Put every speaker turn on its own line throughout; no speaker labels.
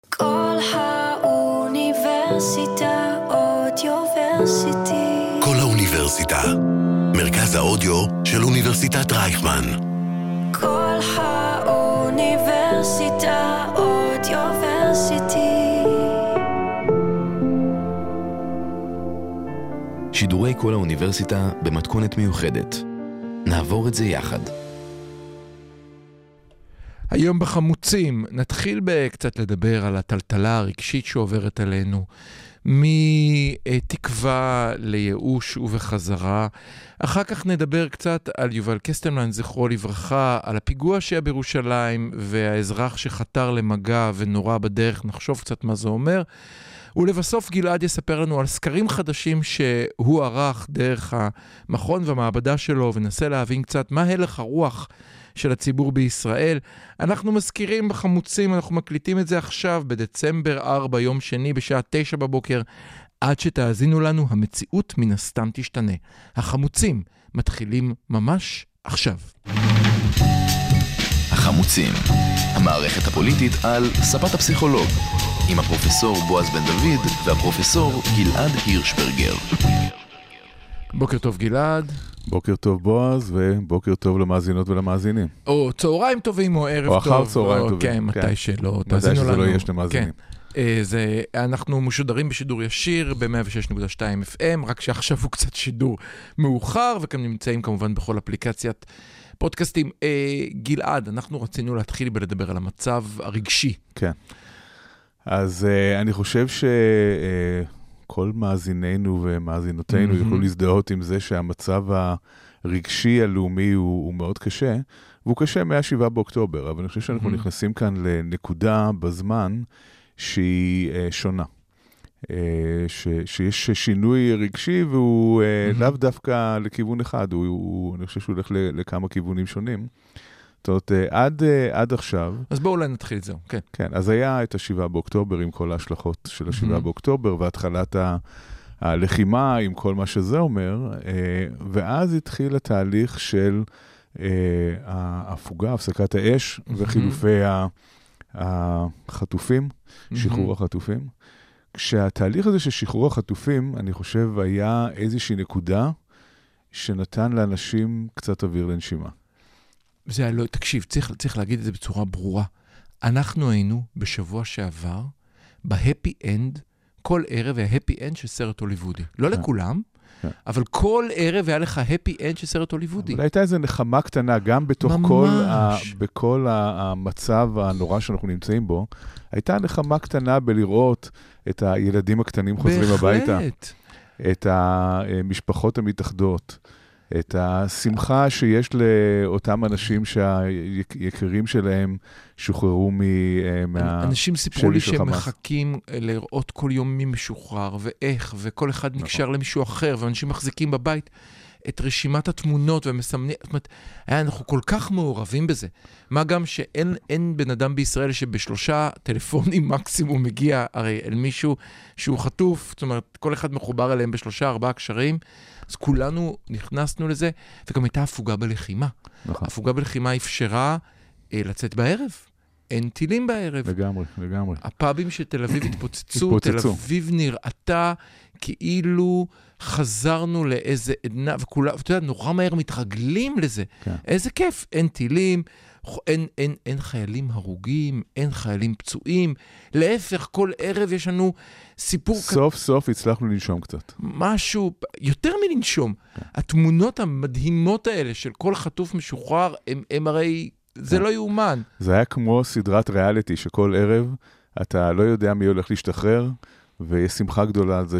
כל האוניברסיטה אודיוורסיטי.
כל האוניברסיטה, מרכז האודיו של אוניברסיטת רייכמן.
כל האוניברסיטה אודיוורסיטי.
שידורי כל האוניברסיטה במתכונת מיוחדת. נעבור את זה יחד.
היום בחמוצים נתחיל קצת לדבר על הטלטלה הרגשית שעוברת עלינו, מתקווה לייאוש ובחזרה. אחר כך נדבר קצת על יובל קסטלמן, זכרו לברכה, על הפיגוע שהיה בירושלים והאזרח שחתר למגע ונורא בדרך, נחשוב קצת מה זה אומר. ולבסוף גלעד יספר לנו על סקרים חדשים שהוא ערך דרך המכון והמעבדה שלו, ונסה להבין קצת מה הלך הרוח של הציבור בישראל. אנחנו מזכירים בחמוצים, אנחנו מקליטים את זה עכשיו בדצמבר 4, יום שני בשעה 9 בבוקר. עד שתאזינו לנו, המציאות מן הסתם תשתנה. החמוצים מתחילים ממש עכשיו.
החמוצים, המערכת הפוליטית על ספת הפסיכולוג, עם הפרופסור בועז בן דוד והפרופסור גלעד הירשברגר.
בוקר טוב גלעד.
בוקר טוב בועז, ובוקר טוב למאזינות ולמאזינים.
או צהריים טובים או ערב טוב.
או אחר צהריים טובים.
כן, מתי שלא.
מתי שזה לא יש למאזינים.
אנחנו משודרים בשידור ישיר ב-106.2 FM, רק שעכשיו הוא קצת שידור מאוחר, וכאן נמצאים כמובן בכל אפליקציית פודקאסטים. גלעד, אנחנו רצינו להתחיל בלדבר על המצב הרגשי.
כן. אז אני חושב כל מאזינינו ומאזינותינו יוכלו להזדהות עם זה שהמצב הרגשי הלאומי הוא מאוד קשה, והוא קשה מה-7 באוקטובר, אבל אני חושב שאנחנו נכנסים כאן לנקודה בזמן שהיא שונה. שיש שינוי רגשי והוא לאו דווקא לכיוון אחד, אני חושב שהוא הולך לכמה כיוונים שונים. זאת אומרת, עד עכשיו...
אז בואו אולי נתחיל את זה, כן.
כן, אז היה את 7 באוקטובר עם כל ההשלכות של 7 באוקטובר, והתחלת הלחימה עם כל מה שזה אומר, ואז התחיל התהליך של ההפוגה, הפסקת האש, וחילופי החטופים, שחרור החטופים. כשהתהליך הזה של שחרור החטופים, אני חושב, היה איזושהי נקודה שנתן לאנשים קצת אוויר לנשימה.
זה היה לא, תקשיב, צריך להגיד את זה בצורה ברורה. אנחנו היינו בשבוע שעבר, בהפי אנד, כל ערב היה הפי אנד של סרט הוליוודי. לא לכולם, אבל כל ערב היה לך הפי אנד של סרט הוליוודי.
אבל הייתה איזו נחמה קטנה, גם בתוך בכל המצב הנורא שאנחנו נמצאים בו, הייתה נחמה קטנה בלראות את הילדים הקטנים חוזרים הביתה. את המשפחות המתאחדות. את השמחה שיש לאותם אנשים שהיקרים שלהם שוחררו
אנשים סיפרו לי שהם מחכים לראות כל יום מי משוחרר ואיך, וכל אחד נקשר למישהו אחר, ואנשים מחזיקים בבית את רשימת התמונות ומסמנים, זאת אומרת, אנחנו כל כך מעורבים בזה. מה גם שאין בן אדם בישראל שבשלושה טלפונים מקסימום מגיע הרי אל מישהו שהוא חטוף, זאת אומרת, כל אחד מחובר אליהם ב3-4 קשרים, אז כולנו נכנסנו לזה, וגם הייתה הפוגה בלחימה. נכון. הפוגה בלחימה אפשרה לצאת בערב. אין טילים בערב.
לגמרי, לגמרי.
הפאבים של תל אביב התפוצצו, תל אביב נראתה כאילו חזרנו לאיזה עדנה, וכולם, ואתה יודע, נורא מהר מתרגלים לזה. כן. איזה כיף, אין טילים, אין חיילים הרוגים, אין חיילים פצועים, להפך, כל ערב יש לנו סיפור...
סוף סוף הצלחנו לנשום קצת.
משהו, יותר מלנשום. כן. התמונות המדהימות האלה של כל חטוף משוחרר, הם הרי, זה לא יאומן.
זה היה כמו סדרת ריאליטי, שכל ערב אתה לא יודע מי הולך להשתחרר, ויש שמחה גדולה על זה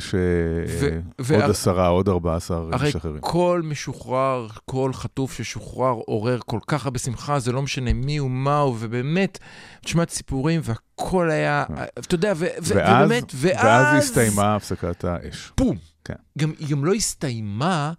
שעוד 10, עוד 14 משחררים.
הרי כל משוחרר, כל חטוף ששוחרר עורר כל כך הרבה שמחה, זה לא משנה מי ומהו, ובאמת, תשמעת סיפורים, והכל היה, אתה יודע, ובאמת,
ואז הסתיימה הפסקת האש.
פום. גם לא הסתיימה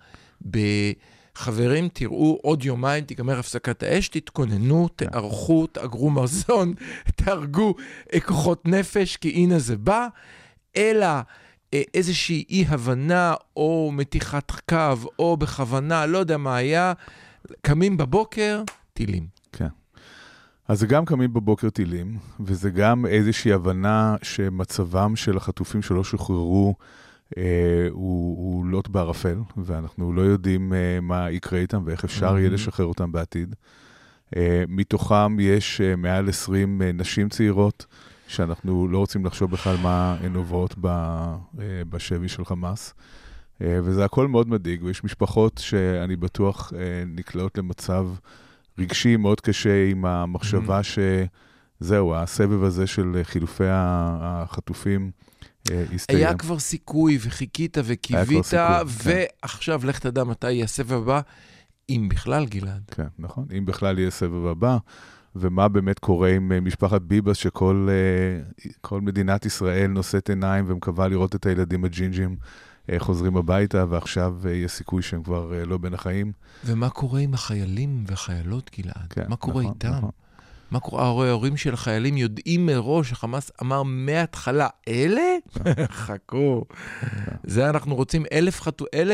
חברים, תראו, עוד יומיים תיגמר הפסקת האש, תתכוננו, תערכו, תאגרו מזון, תארגו כוחות נפש, כי הנה זה בא, אלא איזושהי אי-הבנה או מתיחת קו או בכוונה, לא יודע מה היה, קמים בבוקר, טילים.
כן. אז זה גם קמים בבוקר טילים, וזה גם איזושהי הבנה שמצבם של החטופים שלא שוחררו, הוא לוט בערפל, ואנחנו לא יודעים מה יקרה איתם ואיך אפשר יהיה לשחרר אותם בעתיד. מתוכם יש מעל 20 נשים צעירות, שאנחנו לא רוצים לחשוב בכלל מה הן עוברות בשבי של חמאס. וזה הכל מאוד מדאיג, ויש משפחות שאני בטוח נקלעות למצב רגשי מאוד קשה עם המחשבה שזהו, הסבב הזה של חילופי החטופים הסתיים.
היה כבר סיכוי וחיכית וקיווית, ועכשיו לך תדע מתי יהיה הסבב הבא, אם בכלל גלעד.
כן, נכון, אם בכלל יהיה סבב הבא, ומה באמת קורה עם משפחת ביבס, שכל מדינת ישראל נושאת עיניים ומקווה לראות את הילדים הג'ינג'ים חוזרים הביתה, ועכשיו יש סיכוי שהם כבר לא בין החיים.
ומה קורה עם החיילים והחיילות, גלעד?
כן,
מה קורה
נכון,
איתם?
נכון.
מה קורה? ההורים של החיילים יודעים מראש, החמאס אמר מההתחלה, אלה? חכו. זה אנחנו רוצים 1,000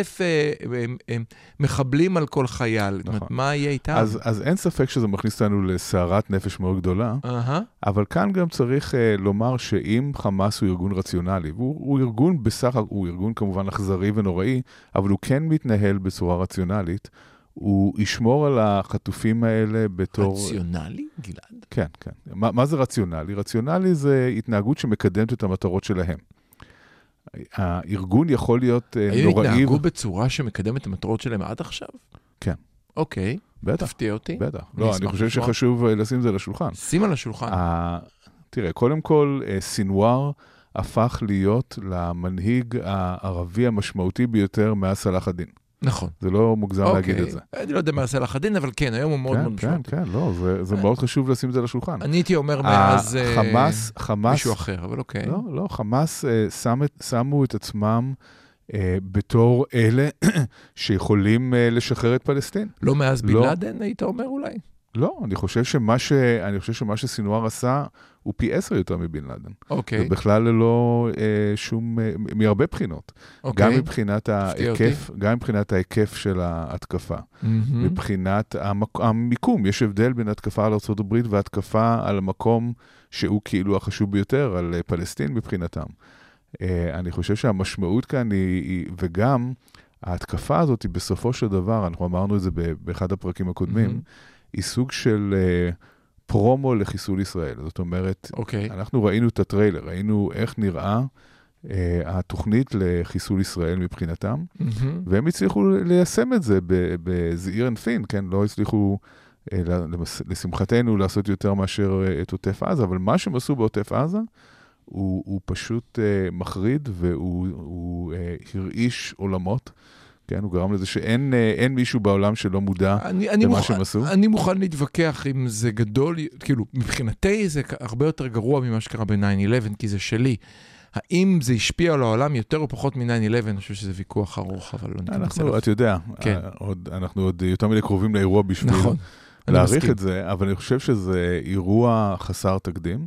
מחבלים על כל חייל. מה יהיה איתם?
אז אין ספק שזה מכניס אותנו לסערת נפש מאוד גדולה, אבל כאן גם צריך לומר שאם חמאס הוא ארגון רציונלי, הוא ארגון בסך, הוא ארגון כמובן אכזרי ונוראי, אבל הוא כן מתנהל בצורה רציונלית, הוא ישמור על החטופים האלה בתור...
רציונלי, גלעד?
כן, כן. מה זה רציונלי? רציונלי זה התנהגות שמקדמת את המטרות שלהם. הארגון יכול להיות נוראי...
האם התנהגו בצורה שמקדמת את המטרות שלהם עד עכשיו?
כן.
אוקיי.
בטח.
תפתיע אותי.
בטח. לא, אני חושב שחשוב לשים זה לשולחן.
שים על השולחן.
תראה, קודם כל, סינואר הפך להיות למנהיג הערבי המשמעותי ביותר מאז סלאח א-דין.
נכון.
זה לא מוגזם להגיד את זה.
אני לא יודע מה עשה לך הדין, אבל כן, היום הוא מאוד מאוד משמעותי.
כן, לא, זה מאוד חשוב לשים את זה לשולחן.
אני הייתי אומר מאז
חמאס,
מישהו אחר, אבל אוקיי.
לא, חמאס שמו את עצמם בתור אלה שיכולים לשחרר את פלסטין.
לא מאז בן לאדן, היית אומר אולי?
לא, אני חושב שמה שסינואר עשה הוא פי 10 יותר מבן לאדן.
אוקיי.
זה בכלל ללא שום, מהרבה בחינות. גם מבחינת ההיקף של ההתקפה. מבחינת המיקום. יש הבדל בין התקפה על ארצות הברית והתקפה על המקום שהוא כאילו החשוב ביותר, על פלסטין מבחינתם. אני חושב שהמשמעות כאן היא, וגם ההתקפה הזאת היא בסופו של דבר, אנחנו אמרנו את זה באחד הפרקים הקודמים, היא סוג של פרומו לחיסול ישראל. זאת אומרת, אנחנו ראינו את הטריילר, ראינו איך נראה התוכנית לחיסול ישראל מבחינתם, והם הצליחו ליישם את זה בזעיר אנפין, כן? לא הצליחו, לשמחתנו, לעשות יותר מאשר את עוטף עזה, אבל מה שהם עשו בעוטף עזה, הוא פשוט מחריד, והוא הרעיש עולמות, כן, הוא גרם לזה שאין מישהו בעולם שלא מודע למה שהם עשו.
אני מוכן להתווכח אם זה גדול, כאילו, מבחינתי זה הרבה יותר גרוע ממה שקרה ב-9-11, כי זה שלי. האם זה השפיע על העולם יותר או פחות מ-9-11? אני חושב שזה ויכוח ארוך, אבל לא ניכנס אליו.
אתה יודע, אנחנו עוד יותר מדי קרובים לאירוע בשביל להעריך את זה, אבל אני חושב שזה אירוע חסר תקדים,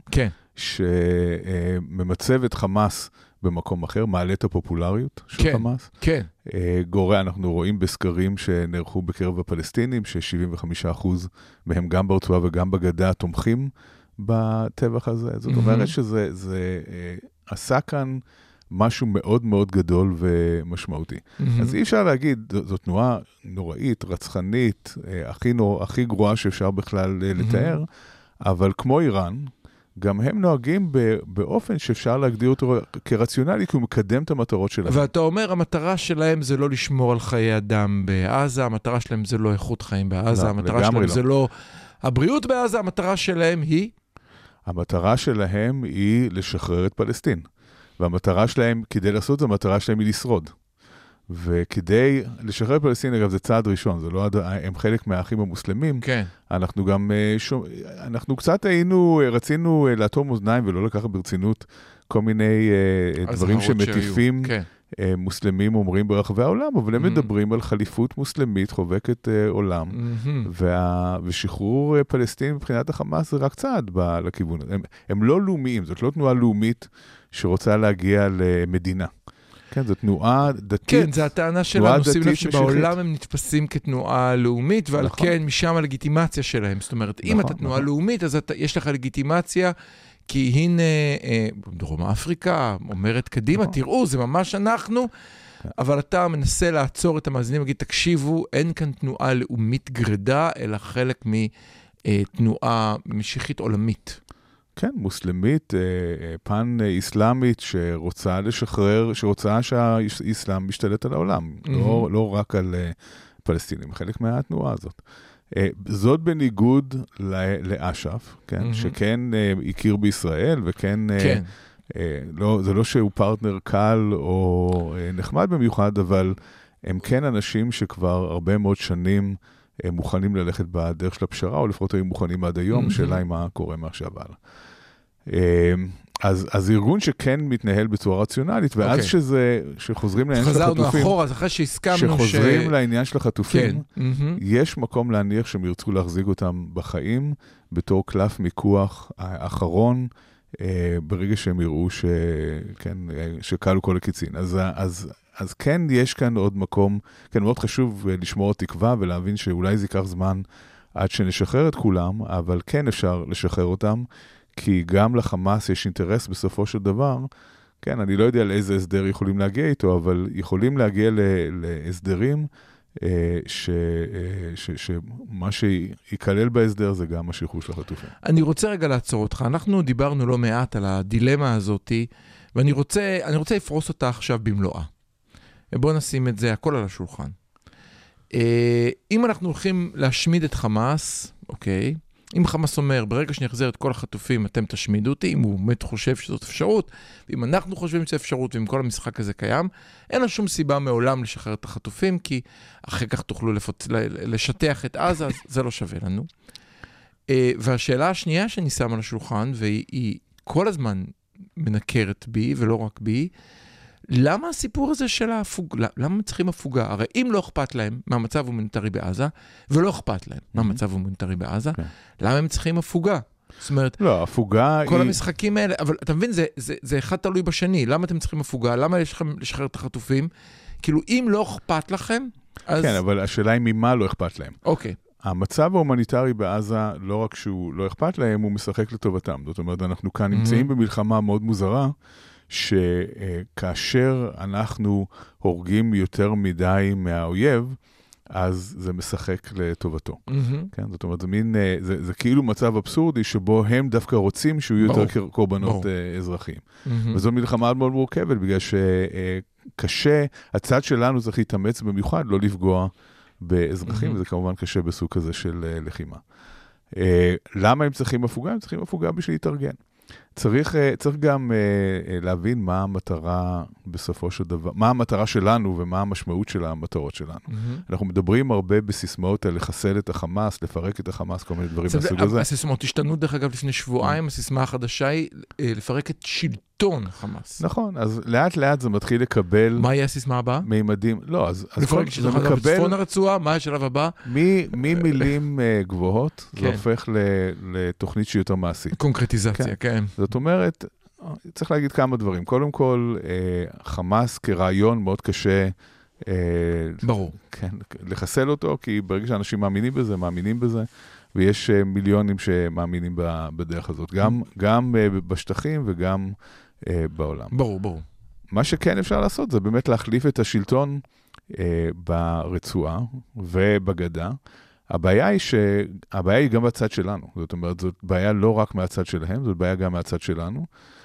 שממצב את חמאס במקום אחר, מעלה את הפופולריות של חמאס.
כן.
אנחנו רואים בסקרים שנערכו בקרב הפלסטינים, ש-75% מהם גם ברצועה וגם בגדה תומכים בטבח הזה. זאת אומרת שזה עשה כאן משהו מאוד מאוד גדול ומשמעותי. אז אי אפשר להגיד, זו תנועה נוראית, רצחנית, הכי גרועה שאפשר בכלל לתאר, אבל כמו איראן, גם הם נוהגים באופן שאפשר להגדיר אותו כרציונלי, כי הוא מקדם את המטרות שלהם.
ואתה אומר, המטרה שלהם זה לא לשמור על חיי אדם בעזה, המטרה שלהם זה לא איכות חיים בעזה, המטרה שלהם זה לא הבריאות בעזה, המטרה שלהם היא?
המטרה שלהם היא לשחרר את פלסטין. והמטרה שלהם, כדי לעשות את המטרה שלהם היא לשרוד. וכדי לשחרר את פלסטין, אגב, זה צעד ראשון, זה לא, הם חלק מהאחים המוסלמים.
כן.
אנחנו גם, אנחנו קצת רצינו לאטום אוזניים ולא לקחת ברצינות כל מיני דברים שמטיפים מוסלמים אומרים ברחבי העולם, אבל הם מדברים על חליפות מוסלמית חובקת עולם, ושחרור פלסטין מבחינת החמאס זה רק צעד לכיוון הזה. הם לא לאומיים, זאת לא תנועה לאומית שרוצה להגיע למדינה. כן, זו תנועה דתית.
כן, זו הטענה שלנו, שים לב שבעולם הם נתפסים כתנועה לאומית, ועל כן משם הלגיטימציה שלהם. זאת אומרת, אם אתה תנועה לאומית, אז יש לך לגיטימציה, כי הנה, דרום אפריקה אומרת קדימה, תראו, זה ממש אנחנו, אבל אתה מנסה לעצור את המאזינים, להגיד, תקשיבו, אין כאן תנועה לאומית גרדה, אלא חלק מתנועה משיחית עולמית.
כן, מוסלמית, פן איסלאמית שרוצה לשחרר, שרוצה שהאיסלאם משתלט על העולם, לא רק על פלסטינים, חלק מהתנועה הזאת. זאת בניגוד לאש"ף, כן, שכן הכיר בישראל, וכן, זה לא שהוא פרטנר קל או נחמד במיוחד, אבל הם כן אנשים שכבר הרבה מאוד שנים מוכנים ללכת בדרך של הפשרה, או לפחות היו מוכנים עד היום, שאלה מה קורה מעכשיו הלאה. אז ארגון שכן מתנהל בצורה רציונלית, ואז שחוזרים לעניין של החטופים,
חזרנו אחורה, אז אחרי שהסכמנו
שחוזרים לעניין של החטופים, יש מקום להניח שהם ירצו להחזיק אותם בחיים, בתור קלף מיקוח האחרון, ברגע שהם יראו שקלו כל הקיצין. אז כן, יש כאן עוד מקום, כן, מאוד חשוב לשמור תקווה ולהבין שאולי זה ייקח זמן עד שנשחרר את כולם, אבל כן אפשר לשחרר אותם, כי גם לחמאס יש אינטרס בסופו של דבר, כן, אני לא יודע על איזה הסדר יכולים להגיע איתו, אבל יכולים להגיע להסדרים שמה שיכלל בהסדר זה גם השחרור של החטופים.
אני רוצה רגע לעצור אותך. אנחנו דיברנו לא מעט על הדילמה הזאת, ואני רוצה לפרוס אותה עכשיו במלואה. בואו נשים את זה הכל על השולחן. אם אנחנו הולכים להשמיד את חמאס, אוקיי, אם חמאס אומר, ברגע שנחזר את כל החטופים, אתם תשמידו אותי, אם הוא באמת חושב שזאת אפשרות, ואם אנחנו חושבים שזאת אפשרות, ואם כל המשחק הזה קיים, אין לה שום סיבה מעולם לשחרר את החטופים, כי אחרי כך תוכלו לשטח את עזה, אז זה לא שווה לנו. והשאלה השנייה שאני שם על השולחן, והיא כל הזמן מנקרת בי, ולא רק בי, למה הסיפור הזה של ההפוגה? למה הם צריכים הפוגה? הרי אם לא אכפת להם מהמצב ההומניטרי בעזה, ולא אכפת להם מהמצב ההומניטרי בעזה, למה הם צריכים הפוגה? זאת אומרת,
לא, הפוגה
כל המשחקים האלה, אבל אתה מבין, זה אחד תלוי בשני. למה אתם צריכים הפוגה? למה יש לכם לשחרר את החטופים? כאילו, אם לא אכפת לכם, אז...
כן, אבל השאלה היא ממה לא אכפת להם.
אוקיי.
המצב ההומניטרי בעזה, לא רק שהוא לא אכפת להם, הוא משחק לטובתם. זאת אומרת, אנחנו כאן נמצאים במלחמה מאוד מוזרה, שכאשר אנחנו הורגים יותר מדי מהאויב, אז זה משחק לטובתו. כן? זאת אומרת, זה כאילו מצב אבסורדי, שבו הם דווקא רוצים שיהיו יותר קורבנות אזרחיים. וזו מלחמה מאוד מורכבת, בגלל שקשה, הצד שלנו צריך להתאמץ במיוחד, לא לפגוע באזרחים, וזה כמובן קשה בסוג כזה של לחימה. למה הם צריכים הפוגה? הם צריכים הפוגה בשביל להתארגן. צריך גם להבין מה המטרה בסופו של דבר, מה המטרה שלנו ומה המשמעות של המטרות שלנו. אנחנו מדברים הרבה בסיסמאות על לחסל את החמאס, לפרק את החמאס, כל מיני דברים מהסוג הזה.
הסיסמאות השתנו דרך אגב לפני שבועיים, הסיסמה החדשה היא לפרק את שלטון החמאס.
נכון, אז לאט לאט זה מתחיל לקבל...
מה יהיה הסיסמה הבאה?
מימדים, לא, אז
לפרק את שלטון החמאס בצפון הרצועה, מה השלב הבא?
ממילים גבוהות, זה הופך לתוכנית שהיא יותר מעשית.
קונקרטיזציה, כן.
זאת אומרת, צריך להגיד כמה דברים. קודם כל, חמאס כרעיון מאוד קשה
ברור.
כן, לחסל אותו, כי ברגע שאנשים מאמינים בזה, ויש מיליונים שמאמינים בדרך הזאת, גם בשטחים וגם בעולם.
ברור.
מה שכן אפשר לעשות זה באמת להחליף את השלטון ברצועה ובגדה. הבעיה היא גם בצד שלנו. זאת אומרת, זאת בעיה לא רק מהצד שלהם, זאת בעיה גם מהצד שלנו,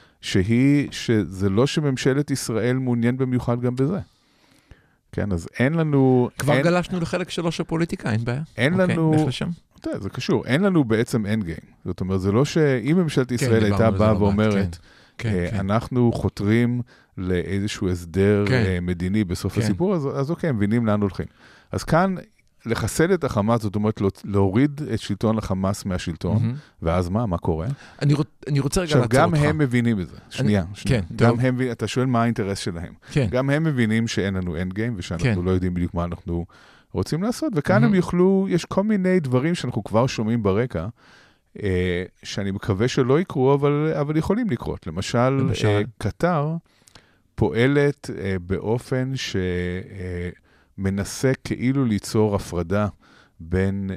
שזה לא שממשלת ישראל מעוניין במיוחד גם בזה. כן, אז אין לנו...
כבר גלשנו לחלק שלוש הפוליטיקה, אין בעיה.
אין לנו... זה קשור, אין לנו בעצם end game. זאת אומרת, זה לא שאם ממשלת ישראל הייתה באה ואומרת, אנחנו חותרים לאיזשהו הסדר מדיני בסוף הסיפור, אז אוקיי, מבינים לאן הולכים. אז כאן, לחסל את החמאס, זאת אומרת, להוריד את שלטון החמאס מהשלטון, ואז מה קורה?
אני רוצה רגע לעצור אותך.
עכשיו, גם הם מבינים את זה. שנייה. גם הם, אתה שואל מה האינטרס שלהם. גם הם מבינים שאין לנו end game, ושאנחנו לא יודעים בדיוק מה אנחנו רוצים לעשות, וכאן הם יוכלו, יש כל מיני דברים שאנחנו כבר שומעים ברקע, שאני מקווה שלא יקרו, אבל יכולים לקרות. למשל, קטר פועלת באופן שמנסה כאילו ליצור הפרדה בין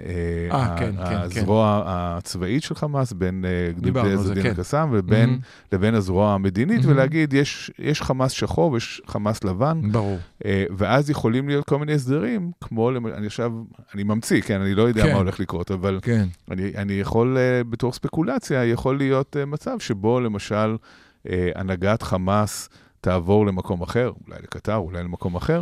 הזרוע הצבאית של חמאס, בין גדודי עז-א-דין אל-קסאם, לבין הזרוע המדינית, ולהגיד, יש חמאס שחור ויש חמאס לבן,
ברור.
ואז יכולים להיות כל מיני הסדרים, כמו, אני ממציא, כן, אני לא יודע מה הולך לקרות, אבל אני יכול, בתור ספקולציה, יכול להיות מצב שבו, למשל, הנהגת חמאס תעבור למקום אחר, אולי לקטר, אולי למקום אחר,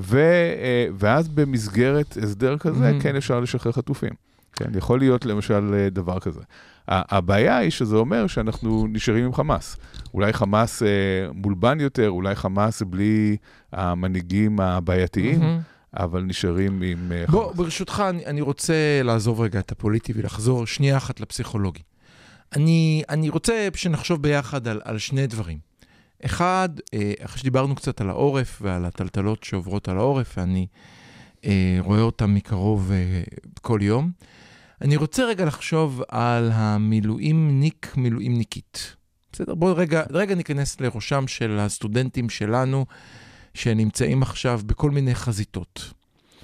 ואז במסגרת הסדר כזה, כן אפשר לשחרר חטופים. כן, יכול להיות למשל דבר כזה. הבעיה היא שזה אומר שאנחנו נשארים עם חמאס. אולי חמאס מולבן יותר, אולי חמאס בלי המנהיגים הבעייתיים, אבל נשארים עם חמאס.
בוא, ברשותך, אני רוצה לעזוב רגע את הפוליטי ולחזור שנייה אחת לפסיכולוגי. אני רוצה שנחשוב ביחד על שני דברים. אחד, אחרי שדיברנו קצת על העורף ועל הטלטלות שעוברות על העורף, ואני רואה אותם מקרוב כל יום, אני רוצה רגע לחשוב על המילואימניק, מילואימניקית. בסדר? בואו רגע ניכנס לראשם של הסטודנטים שלנו, שנמצאים עכשיו בכל מיני חזיתות.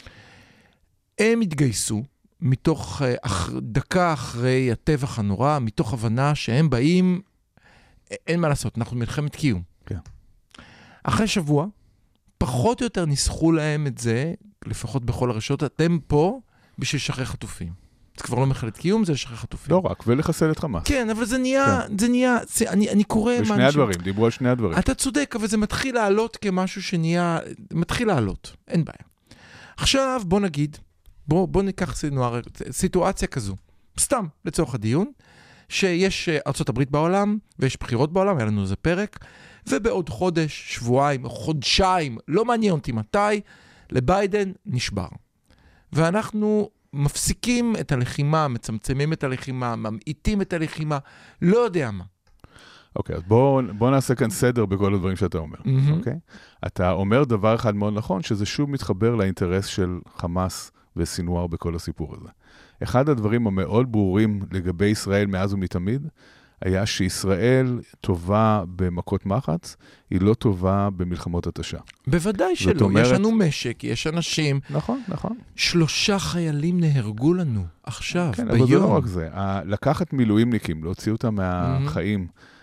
הם התגייסו מתוך דקה אחרי הטבח הנורא, מתוך הבנה שהם באים, אין מה לעשות, אנחנו מלחמת קיום.
כן.
אחרי שבוע, פחות או יותר ניסחו להם את זה, לפחות בכל הרשות, אתם פה בשביל לשחרר חטופים. זה כבר לא מלחמת קיום, זה לשחרר חטופים.
לא רק, ולחסל את חמאס.
כן, אבל זה נהיה, אני קורא...
בשני הדברים, דיברו על שני הדברים.
אתה צודק, אבל זה מתחיל לעלות כמשהו שנהיה, מתחיל לעלות, אין בעיה. עכשיו, בוא נגיד, בוא ניקח סיטואציה כזו, סתם, לצורך הדיון, שיש ארצות הברית בעולם, ויש בחירות בעולם, היה לנו איזה פרק, ובעוד חודש, שבועיים, חודשיים, לא מעניין אותי מתי, לביידן נשבר. ואנחנו מפסיקים את הלחימה, מצמצמים את הלחימה, ממעיטים את הלחימה, לא יודע מה.
אוקיי, אז בוא נעשה כאן סדר בכל הדברים שאתה אומר. אוקיי? אתה אומר דבר אחד מאוד נכון, שזה שוב מתחבר לאינטרס של חמאס וסינואר בכל הסיפור הזה. אחד הדברים המאוד ברורים לגבי ישראל מאז ומתמיד, היה שישראל טובה במכות מחץ, היא לא טובה במלחמות התשה.
בוודאי שלא, אומרת... יש לנו משק, יש אנשים.
נכון, נכון.
3 חיילים נהרגו לנו עכשיו,
כן,
ביום.
אבל זה לא רק זה. לקחת מילואימניקים, להוציא אותם מהחיים,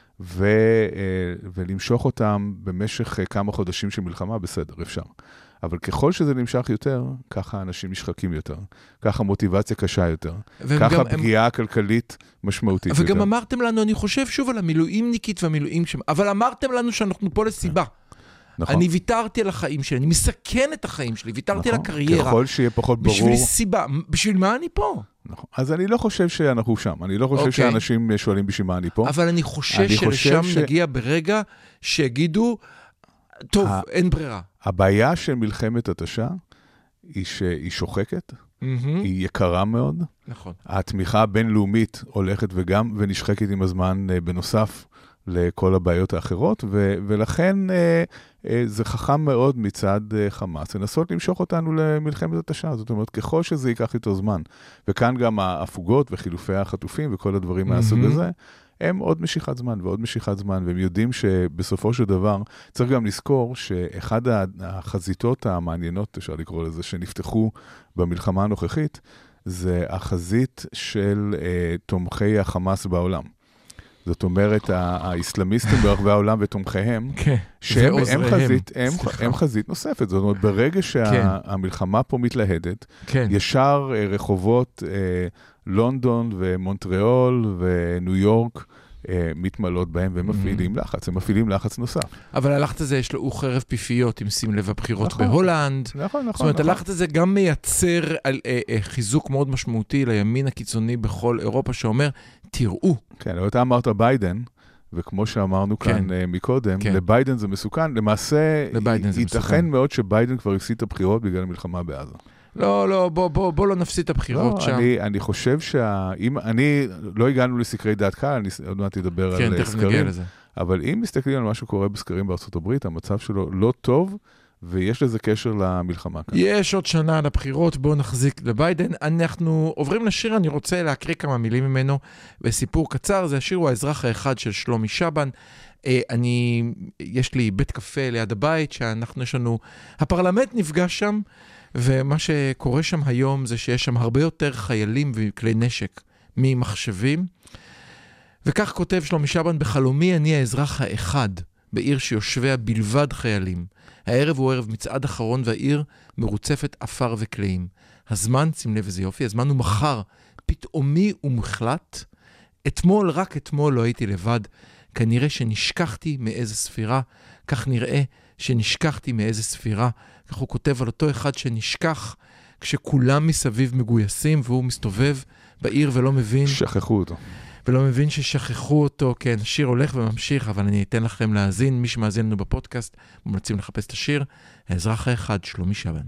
ולמשוך אותם במשך כמה חודשים של מלחמה, בסדר, אפשר. אבל ככל שזה נמשך יותר, ככה אנשים נשחקים יותר, ככה מוטיבציה קשה יותר, ככה פגיעה כלכלית משמעותית יותר.
וגם אמרתם לנו, אני חושב שוב על המילואימניקית והמילואים שם, אבל אמרתם לנו שאנחנו פה לסיבה. נכון. אני ויתרתי על החיים שלי, אני מסכן את החיים שלי, ויתרתי על הקריירה.
ככל שיהיה פחות ברור.
בשביל סיבה, בשביל מה אני פה?
נכון. אז אני לא חושב שאנחנו שם, אני לא חושב שאנשים שואלים בשביל מה אני פה.
אבל אני חושב שלשם נגיע ברגע שיגידו, טוב, אין ברירה.
הבעיה של מלחמת התשה היא שהיא שוחקת, היא יקרה מאוד.
נכון.
התמיכה הבינלאומית הולכת ונשחקת עם הזמן בנוסף לכל הבעיות האחרות, ולכן זה חכם מאוד מצד חמאס, לנסות למשוך אותנו למלחמת התשה. זאת אומרת, ככל שזה ייקח יותר זמן, וכאן גם ההפוגות וחילופי החטופים וכל הדברים מהסוג הזה, הם עוד משיכת זמן ועוד משיכת זמן, והם יודעים שבסופו של דבר צריך גם לזכור שאחד החזיתות המעניינות, אפשר לקרוא לזה, שנפתחו במלחמה הנוכחית, זה החזית של תומכי החמאס בעולם. זאת אומרת, האסלאמיסטים ברחבי העולם ותומכיהם, שהם חזית נוספת. זאת אומרת, ברגע שהמלחמה פה מתלהדת, ישר רחובות לונדון ומונטריאול וניו יורק מתמלות בהם, והם מפעילים לחץ, הם מפעילים לחץ נוסף.
אבל הלחץ הזה יש לו חרב פיפיות, אם שים לב הבחירות בהולנד.
נכון.
זאת אומרת, הלחץ הזה גם מייצר חיזוק מאוד משמעותי לימין הקיצוני בכל אירופה, שאומר, תראו.
כן, אבל אתה אמרת ביידן, וכמו שאמרנו כאן מקודם, לביידן זה מסוכן, למעשה ייתכן מאוד שביידן כבר הפסיד את הבחירות בגלל המלחמה בעזה.
לא, בוא לא נפסיד את הבחירות שם.
אני חושב אני לא הגענו לסקרי דעת קהל, אני עוד מעט אדבר על סקרים, אבל אם מסתכלים על מה שקורה בסקרים בארצות הברית, המצב שלו לא טוב, ויש לזה קשר למלחמה כאן.
יש עוד שנה לבחירות, בואו נחזיק לביידן. אנחנו עוברים לשיר, אני רוצה להקריא כמה מילים ממנו בסיפור קצר. זה השיר הוא האזרח האחד של שלומי שבן. יש לי בית קפה ליד הבית, יש לנו, הפרלמנט נפגש שם, ומה שקורה שם היום זה שיש שם הרבה יותר חיילים וכלי נשק ממחשבים. וכך כותב שלומי שבן, בחלומי אני האזרח האחד, בעיר שיושביה בלבד חיילים. הערב הוא ערב מצעד אחרון והעיר מרוצפת אפר וקלעים. הזמן, שים לב איזה יופי, הזמן הוא מחר, פתאומי ומוחלט. אתמול, רק אתמול לא הייתי לבד. כנראה שנשכחתי מאיזה ספירה, כך נראה שנשכחתי מאיזה ספירה. כך הוא כותב על אותו אחד שנשכח כשכולם מסביב מגויסים, והוא מסתובב בעיר ולא מבין.
שכחו אותו.
ולא מבין ששכחו אותו. כן, השיר הולך וממשיך, אבל אני אתן לכם להאזין. מי שמאזין לנו בפודקאסט, מומלצים לחפש את השיר. האזרח האחד, שלומי שבן.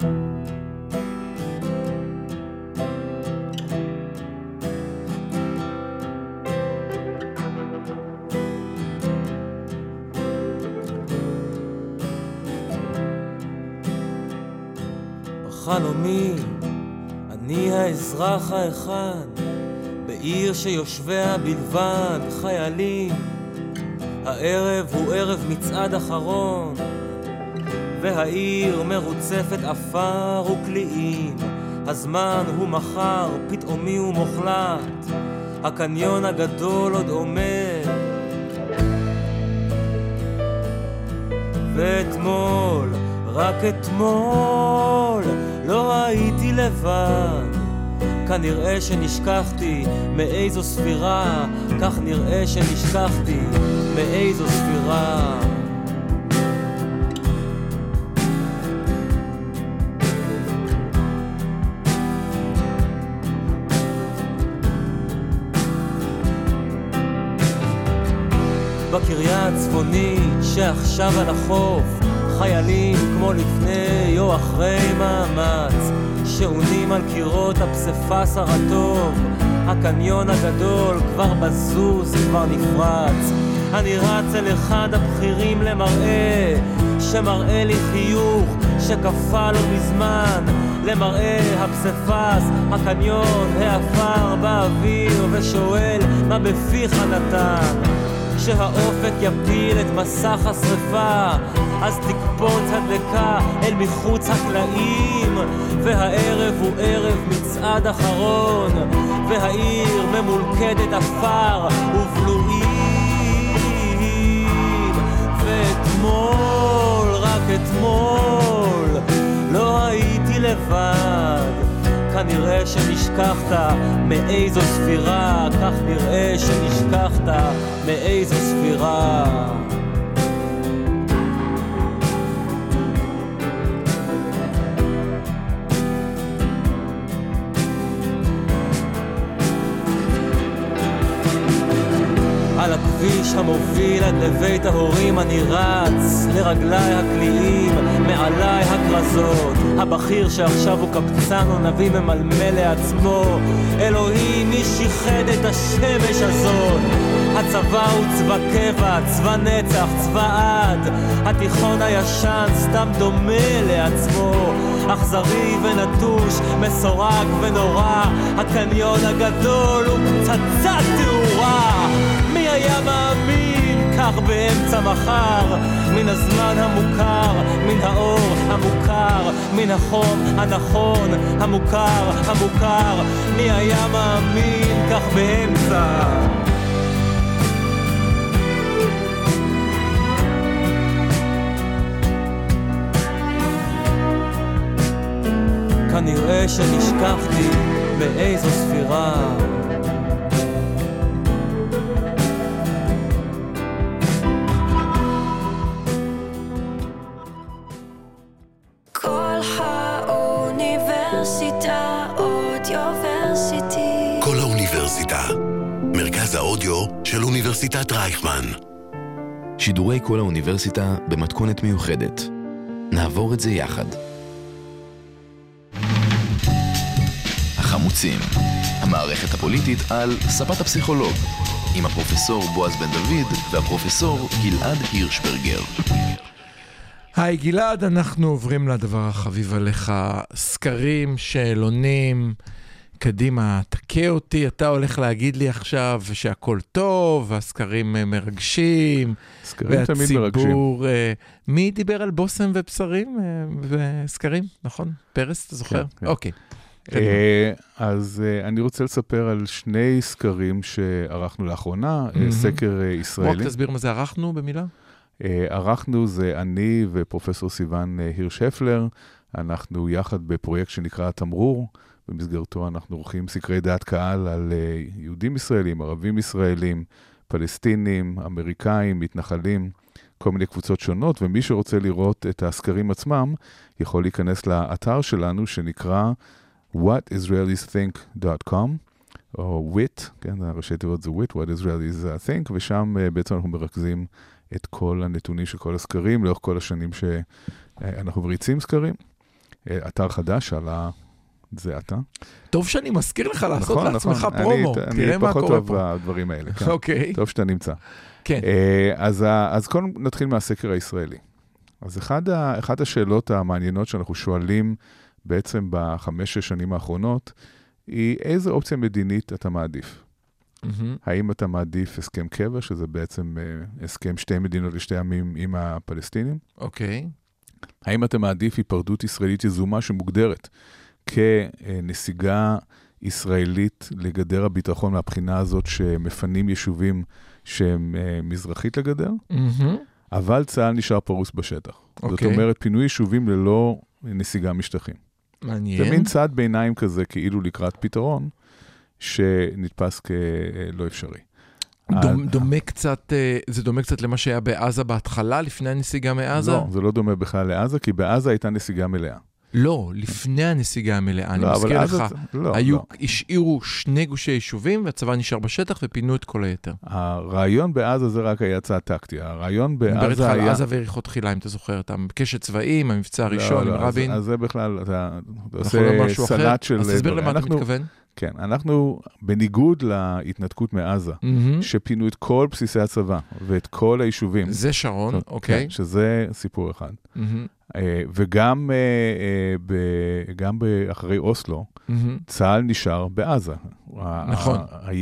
בחלומי אני האזרח האחד, בעיר שיושביה בלבד חיילים. הערב הוא ערב מצעד אחרון, והעיר מרוצפת אפר וקליעים. הזמן הוא מחר, פתאומי ומוחלט, הקניון הגדול עוד עומד. ואתמול, רק אתמול, לא הייתי לבד. כנראה שנשכחתי מאיזו ספירה, כך נראה שנשכחתי מאיזו ספירה. בקריה הצפונית שעכשיו על החוף, חיילים כמו לפני או אחרי מאמץ, שעונים על קירות הפספס הרטוב. הקניון הגדול כבר בזוז, כבר נפרץ. אני רץ אל אחד הבכירים למראה, שמראה לי חיוך שקפה לו מזמן, למראה הפספס, הקניון, האפר באוויר, ושואל מה בפיך נתן. כשהאופק יפיל את מסך השריפה, אז תקפוץ הדלקה אל מחוץ הקלעים. והערב הוא ערב מצעד אחרון, והעיר ממולכדת אפר ובלועים. ואתמול, רק אתמול, לא הייתי לבד. כנראה שנשכחת מאיזו ספירה, כך נראה שנשכחת מאיזו ספירה. על הכביש המוביל עד לבית ההורים אני רץ, לרגליי הקליעים, מעליי הכרזות. הבכיר שעכשיו הוא קבצן או נביא ממלמל לעצמו, אלוהים מי שיחד את השמש הזאת. הצבא הוא צבא קבע, צבא נצח, צבא עד. התיכון הישן סתם דומה לעצמו, אכזרי ונטוש, מסורג ונורא. הקניון הגדול הוא פצצת תאורה. מי היה מאמין כך באמצע מחר, מן הזמן המוכר, מן האור המוכר, מן החום הנכון המוכר, המוכר. מי היה מאמין כך באמצע? כנראה שנשכחתי מאיזו ספירה.
כל האוניברסיטה אודיוורסיטי.
כל האוניברסיטה. מרכז האודיו של אוניברסיטת רייכמן.
שידורי כל האוניברסיטה במתכונת מיוחדת. נעבור את זה יחד. החמוצים, המערכת הפוליטית על ספת הפסיכולוג, עם הפרופסור בועז בן דוד והפרופסור גלעד הירשברגר.
היי גלעד, אנחנו עוברים לדבר החביב עליך, סקרים, שאלונים, קדימה, תקה אותי, אתה הולך להגיד לי עכשיו שהכל טוב, והסקרים מרגשים,
סקרים תמיד מרגשים.
מי דיבר על בוסם ובשרים וסקרים, נכון? פרס, אתה זוכר?
כן.
אוקיי.
אז אני רוצה לספר על שני סקרים שערכנו לאחרונה, סקר ישראלי.
רק תסביר מה זה ערכנו במילה?
ערכנו זה אני ופרופסור סיוון הירש-הפלר, אנחנו יחד בפרויקט שנקרא תמרור, במסגרתו אנחנו עורכים סקרי דעת קהל על יהודים ישראלים, ערבים ישראלים, פלסטינים, אמריקאים, מתנחלים, כל מיני קבוצות שונות, ומי שרוצה לראות את הסקרים עצמם, יכול להיכנס לאתר שלנו שנקרא whatisraelistthink.com, או WIT, כן, ראשי תיבות זה WIT, What Israelis Think, ושם בעצם אנחנו מרכזים את כל הנתונים של כל הסקרים, לאורך כל השנים שאנחנו מריצים סקרים. אתר חדש על זה אתה.
טוב שאני מזכיר לך לעשות לעצמך פרומו.
אני פחות טוב בדברים האלה.
אוקיי.
טוב שאתה נמצא.
כן.
אז קודם נתחיל מהסקר הישראלי. אז אחת השאלות המעניינות שאנחנו שואלים בעצם ב5-6 שנים האחרונות, היא איזה אופציה מדינית אתה מעדיף? האם אתה מעדיף הסכם קבע, שזה בעצם הסכם שתי מדינות לשתי עמים עם הפלסטינים?
אוקיי.
האם אתה מעדיף היפרדות ישראלית יזומה שמוגדרת כנסיגה ישראלית לגדר הביטחון מהבחינה הזאת שמפנים יישובים שהם מזרחית לגדר, אבל צה"ל נשאר פרוס בשטח. זאת אומרת, פינוי יישובים ללא נסיגה משטחים.
מעניין.
זה מין צעד ביניים כזה, כאילו לקראת פתרון, שנתפס כלא אפשרי.
זה דומה קצת למה שהיה בעזה בהתחלה, לפני הנסיגה מעזה?
לא, זה לא דומה בכלל לעזה, כי בעזה הייתה נסיגה מלאה.
לא, לפני הנסיגה המלאה, אני מזכיר לך, השאירו 2 גושי יישובים, והצבא נשאר בשטח ופינו את כל היתר.
הרעיון בעזה זה רק היה צעד טקטי, הרעיון בעזה היה...
עזה ויריחות תחילה, אם אתה זוכר, אתה קשת צבאים, המבצע הראשון עם רבין.
אז זה בכלל, אתה עושה סלט של...
אז תסביר למה אתה מתכוון.
כן, אנחנו בניגוד להתנתקות מעזה, שפינו את כל בסיסי הצבא ואת כל היישובים.
זה שרון, אוקיי.
שזה סיפור אחד. וגם אחרי אוסלו, צה"ל נשאר בעזה.
נכון.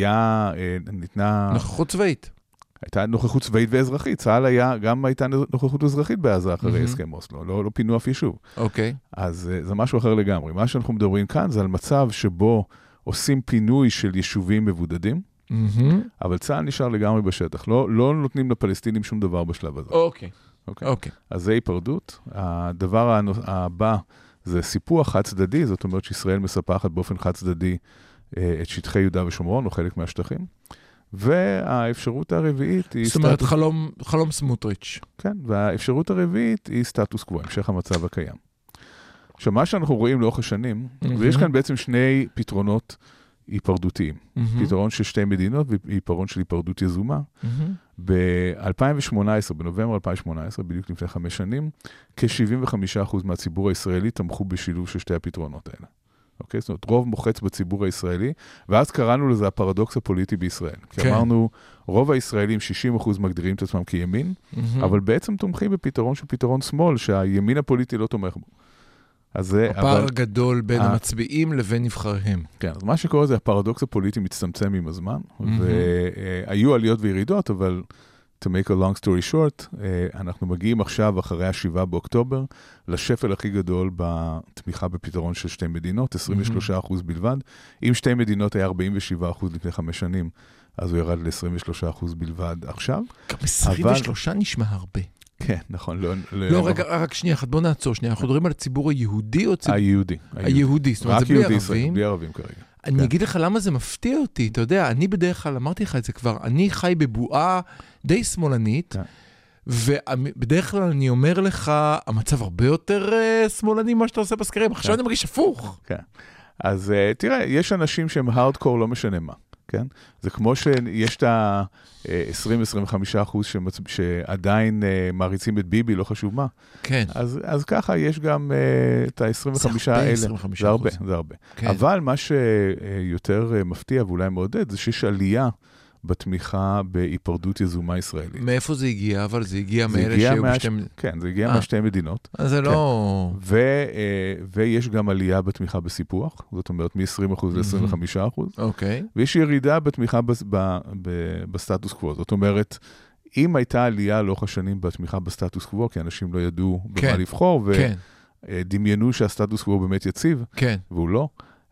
ניתנה...
נוכחות צבאית.
הייתה נוכחות צבאית ואזרחית. צה"ל גם הייתה נוכחות אזרחית בעזה אחרי הסכם אוסלו. לא פינו אף יישוב.
אוקיי.
אז זה משהו אחר לגמרי. מה שאנחנו מדברים כאן זה על מצב שבו עושים פינוי של יישובים מבודדים, אבל צה"ל נשאר לגמרי בשטח. לא נותנים לפלסטינים שום דבר בשלב הזה.
אוקיי.
אז זה היפרדות. הדבר הבא זה סיפוח חד צדדי, זאת אומרת שישראל מספחת באופן חד צדדי את שטחי יהודה ושומרון, או חלק מהשטחים. והאפשרות הרביעית היא...
זאת אומרת, חלום סמוטריץ'.
כן, והאפשרות הרביעית היא סטטוס קוו, המשך המצב הקיים. עכשיו, מה שאנחנו רואים לאורך השנים, ויש כאן בעצם 2 פתרונות היפרדותיים. פתרון של 2 מדינות ופתרון של היפרדות יזומה. ב-2018, בנובמבר 2018, בדיוק לפני 5 שנים, כ-75% מהציבור הישראלי תמכו בשילוב של 2 הפתרונות האלה. אוקיי? זאת אומרת, רוב מוחץ בציבור הישראלי, ואז קראנו לזה הפרדוקס הפוליטי בישראל. כי אמרנו, רוב הישראלים, 60% מגדירים את עצמם כימין, אבל בעצם תומכים בפתרון של פתרון שמאל, שהימין הפוליטי לא תומך בו.
הפער גדול בין המצביעים לבין נבחריהם.
כן, אז מה שקורה זה הפרדוקס הפוליטי מצטמצם עם הזמן, והיו עליות וירידות, אבל to make a long story short, אנחנו מגיעים עכשיו, אחרי 7 באוקטובר, לשפל הכי גדול בתמיכה בפתרון של 2 מדינות, 23% בלבד. אם 2 מדינות היה 47% לפני 5 שנים, אז הוא ירד ל-23% בלבד עכשיו.
גם 23 נשמע הרבה.
כן, נכון.
לא, רגע, רק שנייה אחת, בוא נעצור שנייה. אנחנו מדברים על הציבור היהודי או ציבור...
היהודי.
היהודי, זאת אומרת, זה בלי ערבים.
בלי ערבים כרגע.
אני אגיד לך למה זה מפתיע אותי, אתה יודע, אני בדרך כלל, אמרתי לך את זה כבר, אני חי בבועה די שמאלנית, ובדרך כלל אני אומר לך, המצב הרבה יותר שמאלני ממה שאתה עושה בסקרים, עכשיו אני מרגיש הפוך.
כן. אז תראה, יש אנשים שהם הארדקור, לא משנה מה. כן? זה כמו שיש את ה-20-25% שעדיין מעריצים את ביבי, לא חשוב מה.
כן.
אז ככה יש גם את ה-25 האלה. זה הרבה, זה הרבה. אבל מה שיותר מפתיע ואולי מעודד, זה שיש עלייה בתמיכה בהיפרדות יזומה ישראלית.
מאיפה זה הגיע? אבל זה הגיע מאלה שהיו
כן, זה הגיע מהשתי מדינות.
אז זה לא...
ויש גם עלייה בתמיכה בסיפוח, זאת אומרת מ-20% ל-25%.
אוקיי.
ויש ירידה בתמיכה בסטטוס קוו. זאת אומרת, אם הייתה עלייה לאורך השנים בתמיכה בסטטוס קוו, כי אנשים לא ידעו במה לבחור, ודמיינו שהסטטוס קוו באמת יציב, והוא לא,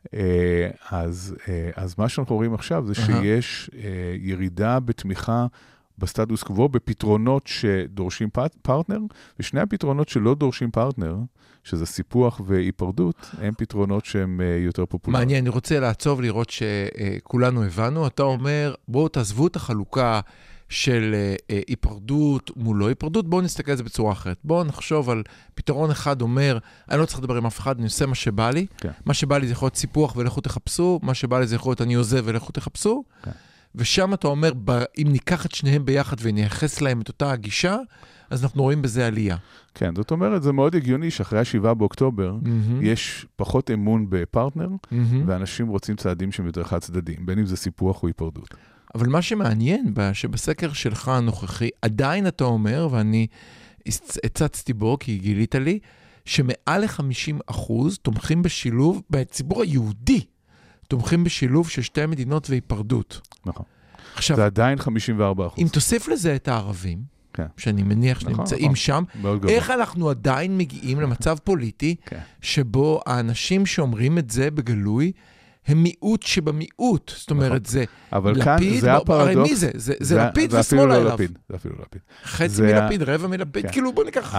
אז מה שאנחנו רואים עכשיו זה שיש ירידה בתמיכה בסטטוס קוו, בפתרונות שדורשים פרטנר, ושני הפתרונות שלא דורשים פרטנר, שזה סיפוח והיפרדות, הם פתרונות שהם יותר פופולריים.
מעניין, אני רוצה לעצוב לראות שכולנו הבנו. אתה אומר, בואו תעזבו את החלוקה של היפרדות מול לא היפרדות, בואו נסתכל על זה בצורה אחרת. בואו נחשוב על פתרון אחד אומר, אני לא צריך לדבר עם אף אחד, אני עושה מה שבא לי. כן. מה שבא לי זה יכול להיות סיפוח ולכו תחפשו, מה שבא לי זה יכול להיות אני עוזב ולכו תחפשו. כן. ושם אתה אומר, אם ניקח את שניהם ביחד ונייחס להם את אותה הגישה, אז אנחנו רואים בזה עלייה.
כן, זאת אומרת, זה מאוד הגיוני שאחרי 7 באוקטובר, יש פחות אמון בפרטנר, ואנשים רוצים צעדים שהם יותר חד צדדים, בין אם זה סיפוח או היפרדות.
אבל מה שמעניין, שבסקר שלך הנוכחי, עדיין אתה אומר, ואני הצצתי בו, כי גילית לי, שמעל ל-50% תומכים בשילוב, בציבור היהודי, תומכים בשילוב של שתי מדינות והיפרדות. נכון. עכשיו,
זה עדיין 54%.
אם תוסיף לזה את הערבים, שאני מניח שנמצאים שם, איך אנחנו עדיין מגיעים למצב פוליטי, שבו האנשים שאומרים את זה בגלוי, הם מיעוט שבמיעוט, זאת אומרת, זה
אבל כאן זה הפרדוקס.
הרי מי זה? זה לפיד ושמאל אליו.
זה אפילו לא לפיד.
חצי מלפיד, רבע מלפיד, כאילו בוא ניקח.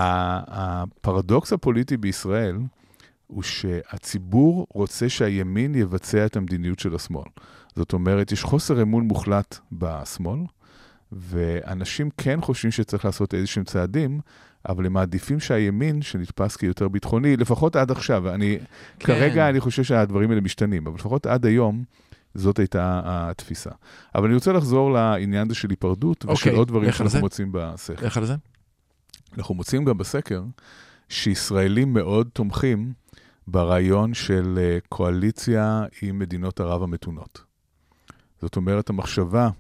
הפרדוקס הפוליטי בישראל, הוא שהציבור רוצה שהימין יבצע את המדיניות של השמאל. זאת אומרת, יש חוסר אמון מוחלט בשמאל, ואנשים כן חושבים שצריך לעשות איזשהם צעדים, אבל הם מעדיפים שהימין שנתפס כיותר ביטחוני, לפחות עד עכשיו, כרגע אני חושב שהדברים האלה משתנים, אבל לפחות עד היום, זאת הייתה התפיסה. אבל אני רוצה לחזור לעניין הזה של היפרדות, ושל עוד דברים שאנחנו מוצאים בסקר.
איך על זה?
אנחנו מוצאים גם בסקר, שישראלים מאוד תומכים ברעיון של קואליציה עם מדינות ערב המתונות. זאת אומרת, המחשבה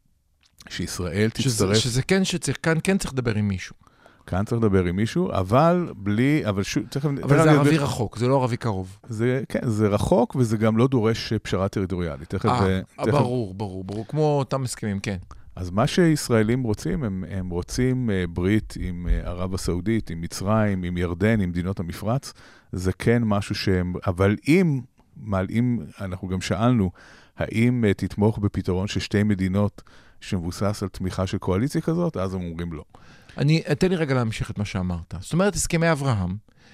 שישראל תצטרף...
שזה כן שצריך, כאן צריך לדבר עם מישהו.
כאן צריך לדבר עם מישהו, אבל בלי... אבל
זה ערבי רחוק, זה לא ערבי קרוב.
כן, זה רחוק, וזה גם לא דורש פשרה טריטוריאלית.
ברור, כמו אותם הסכמים, כן.
אז מה שישראלים רוצים, הם רוצים ברית עם ערב הסעודית, עם מצרים, עם ירדן, עם מדינות המפרץ, זה כן משהו שהם... אבל אם אנחנו גם שאלנו, האם תתמוך בפתרון של שתי מדינות שמבוסס על תמיכה של קואליציה כזאת, אז הם אומרים לא.
תן לי רגע להמשיך את מה שאמרת. זאת אומרת, הסכמי אברהם,